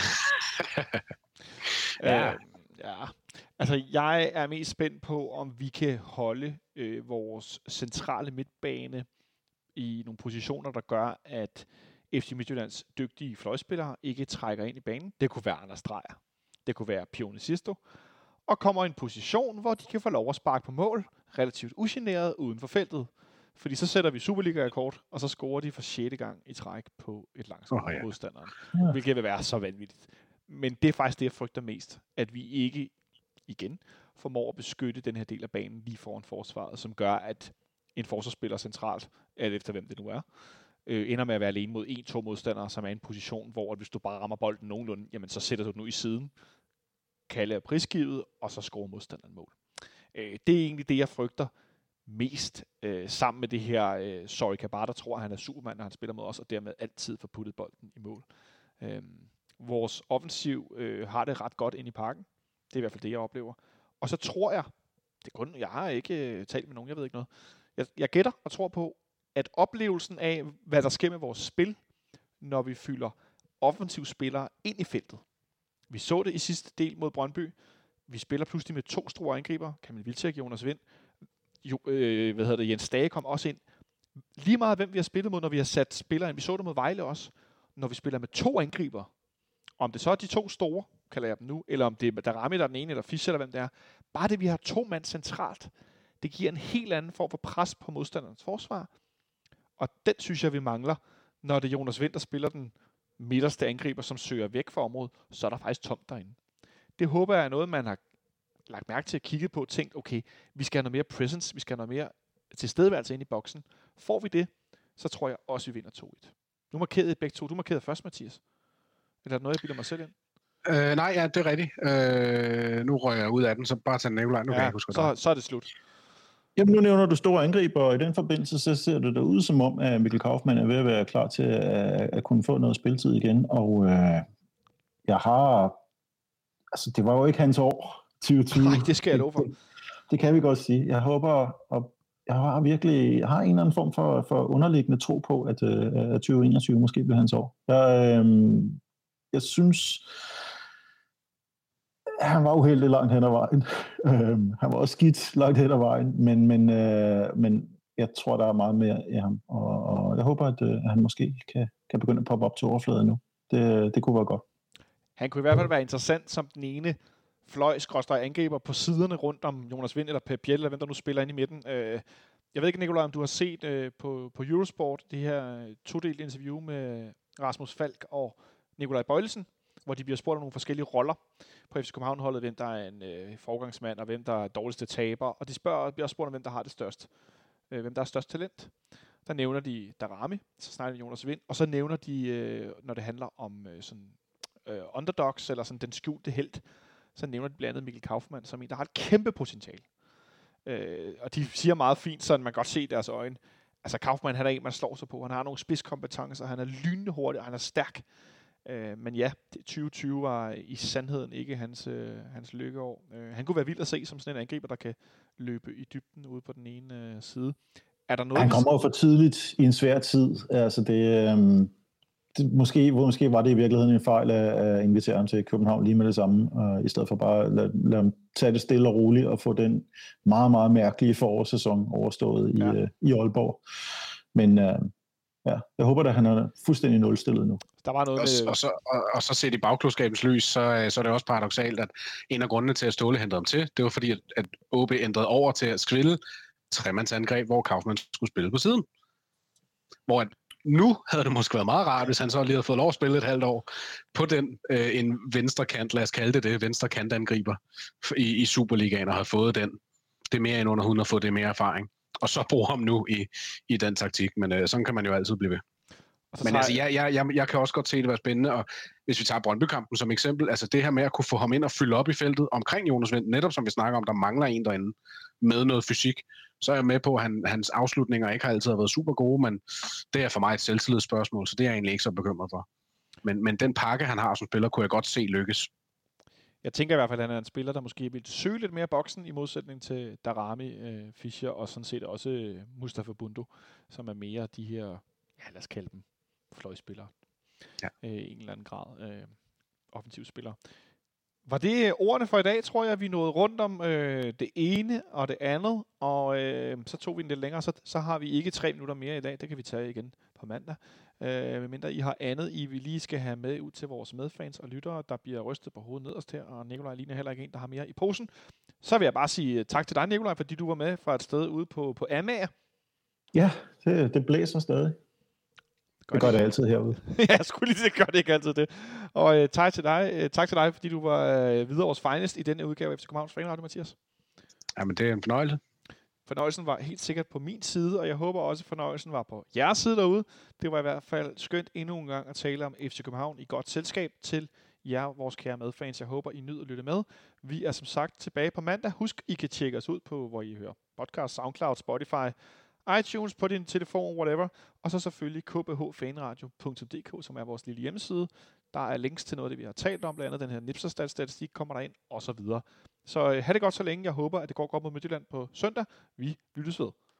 Ja. Ja. Altså, jeg er mest spændt på, om vi kan holde vores centrale midtbane i nogle positioner, der gør, at FC Midtjyllands dygtige fløjspillere ikke trækker ind i banen. Det kunne være Anders Dreyer. Det kunne være Pione Sisto. Og kommer i en position, hvor de kan få lov at sparke på mål, relativt ugeneret uden for feltet. Fordi så sætter vi Superliga-rekord, og så scorer de for 6. gang i træk på et langsomt modstanderen. Ja. Hvilket vil være så vanvittigt. Men det er faktisk det, jeg frygter mest. At vi ikke, igen, formår at beskytte den her del af banen lige foran forsvaret, som gør, at en forsvarsspiller centralt, alt efter hvem det nu er, ender med at være alene mod 1-2 modstandere, som er i en position, hvor at hvis du bare rammer bolden nogenlunde, jamen så sætter du den ud i siden, kalder prisgivet, og så scorer modstanderen mål. Det er egentlig det, jeg frygter mest, sammen med det her Sorry Kabar, der tror, at han er Superman, når han spiller mod os, og dermed altid får puttet bolden i mål. Vores offensiv har det ret godt ind i parken. Det er i hvert fald det, jeg oplever. Og så tror jeg, jeg har ikke talt med nogen, jeg ved ikke noget. Jeg gætter og tror på, at oplevelsen af, hvad der sker med vores spil, når vi fylder offensive spillere ind i feltet. Vi så det i sidste del mod Brøndby. Vi spiller pludselig med 2 store angriber. Kamil Vilcek, Jonas Vind. Jens Dage kom også ind. Lige meget hvem vi har spillet mod, når vi har sat spillere ind. Vi så det mod Vejle også. Når vi spiller med 2 angriber. Om det så er de 2 store, kalder jeg dem nu, eller om det er Darami, der er den ene, eller Fischer, eller hvem det er. Bare det, vi har 2 mand centralt, det giver en helt anden form for pres på modstanderens forsvar. Og den synes jeg, vi mangler, når det er Jonas Vind, der spiller den midterste angriber, som søger væk fra området, så er der faktisk tomt derinde. Det håber jeg er noget, man har lagt mærke til at kigge på og tænkt, okay, vi skal have noget mere presence, vi skal have noget mere tilstedeværelse ind i boksen. Får vi det, så tror jeg også, vi vinder 2-1. Nu markerede I begge to. Du markerede først, Mathias. Eller er det noget, jeg bilder mig selv ind? Nej, ja, det er rigtigt. Nu rører jeg ud af den, så bare tag den Nikolaj. Nu kan jeg ikke huske det. Så er det slut. Jamen, nu nævner du store angriber, og i den forbindelse, så ser det ud som om, at Mikkel Kaufmann er ved at være klar til at kunne få noget spiltid igen, og jeg har... Altså, det var jo ikke hans år, 2020. Nej, det skal jeg love for. Det kan vi godt sige. Jeg håber, og jeg har en eller anden form for underliggende tro på, at 2021 måske bliver hans år. Jeg synes... Han var uheldig langt hen ad vejen. Han var også skidt langt hen ad vejen, men jeg tror, der er meget mere i ham. Og jeg håber, at han måske kan begynde at poppe op til overfladen nu. Det kunne være godt. Han kunne i hvert fald være interessant som den ene fløj-angriber på siderne rundt om Jonas Vind eller Pep Biel, eller hvem der nu spiller ind i midten. Jeg ved ikke, Nikolaj, om du har set på Eurosport det her todelt interview med Rasmus Falk og Nikolaj Bøjlesen, hvor de bliver spurgt om nogle forskellige roller på FC København-holdet, hvem der er en forgangsmand, og hvem der er dårligste taber. Og de bliver også spurgt om, hvem der har det størst. Hvem der er størst talent. Der nævner de Darami, så snakker de Jonas Vind, og så nævner de, når det handler om underdogs, eller sådan den skjulte helt, så nævner de blandt andet Mikkel Kaufmann, som en, der har et kæmpe potentiale. Og de siger meget fint, så man kan godt se i deres øjne. Altså Kaufmann, han er en, man slår sig på. Han har nogle spidskompetencer, han er lynende hurtig, og han er stærk. Men ja, 2020 var i sandheden ikke hans lykkeår. Han kunne være vild at se som sådan en angriber, der kan løbe i dybden ude på den ene side. Er der noget, han kommer jo for tidligt i en svær tid. Altså måske var det i virkeligheden en fejl at invitere ham til København lige med det samme, i stedet for bare at lade ham tage det stille og roligt og få den meget, meget mærkelige forårssæson overstået i Aalborg. Men jeg håber, at han er fuldstændig nulstillet nu. Der var noget og så set i bagklodskabens lys, så er det også paradoksalt, at en af grundene til, at Ståle hentede ham til, det var fordi, at OB ændrede over til at skrille tremandsangreb, hvor Kaufmann skulle spille på siden. Hvor nu havde det måske været meget rart, hvis han så lige havde fået lov at spille et halvt år på den en venstre kant, lad os kalde det venstre kantangriber i Superligaen, og havde fået den. Det er mere end under 100 at få det mere erfaring. Og så bruge ham nu i den taktik, men sådan kan man jo altid blive ved. Men altså, jeg kan også godt se det være spændende, og hvis vi tager Brøndby-kampen som eksempel, altså det her med at kunne få ham ind og fylde op i feltet omkring Jonas Vind, netop som vi snakker om, der mangler en derinde med noget fysik, så er jeg med på, at hans afslutninger ikke har altid været super gode, men det er for mig et selvtillidsspørgsmål, så det er jeg egentlig ikke så bekymret for. Men den pakke, han har som spiller, kunne jeg godt se lykkes. Jeg tænker i hvert fald, at han er en spiller, der måske vil søge lidt mere boksen i modsætning til Darami, Fischer og sådan set også Mustafa Bundu, som er mere de her, lad os kalde dem, fløjspillere. Ja. En eller anden grad offensivspillere. Var det ordene for i dag, tror jeg, vi nåede rundt om det ene og det andet, og så tog vi en lidt længere, så har vi ikke 3 minutter mere i dag, det kan vi tage igen på mandag. Medmindre I har andet, I vil lige skal have med ud til vores medfans og lyttere, der bliver rystet på hovedet nederst her, og Nikolaj ligner heller ikke en, der har mere i posen. Så vil jeg bare sige tak til dig, Nikolaj, fordi du var med fra et sted ude på Amager. Ja, det blæser stadig. Det gør det altid herude. Jeg skulle lige gøre det ikke altid det. Og tak til dig, fordi du var Hvidovres finest i denne udgave af FC Københavns Fanradio, Mathias. Jamen, det er en fornøjelse. Fornøjelsen var helt sikkert på min side, og jeg håber også, at fornøjelsen var på jeres side derude. Det var i hvert fald skønt endnu en gang at tale om FC København i godt selskab til jer, vores kære medfans. Jeg håber, I nyder at lytte med. Vi er som sagt tilbage på mandag. Husk, I kan tjekke os ud på, hvor I hører podcast, SoundCloud, Spotify, iTunes på din telefon, whatever. Og så selvfølgelig kbhfanradio.dk, som er vores lille hjemmeside. Der er links til noget af det, vi har talt om, blandt andet den her Nipser-statistik kommer der ind, og så videre. Så have det godt så længe. Jeg håber, at det går godt mod Midtjylland på søndag. Vi lyttes ved.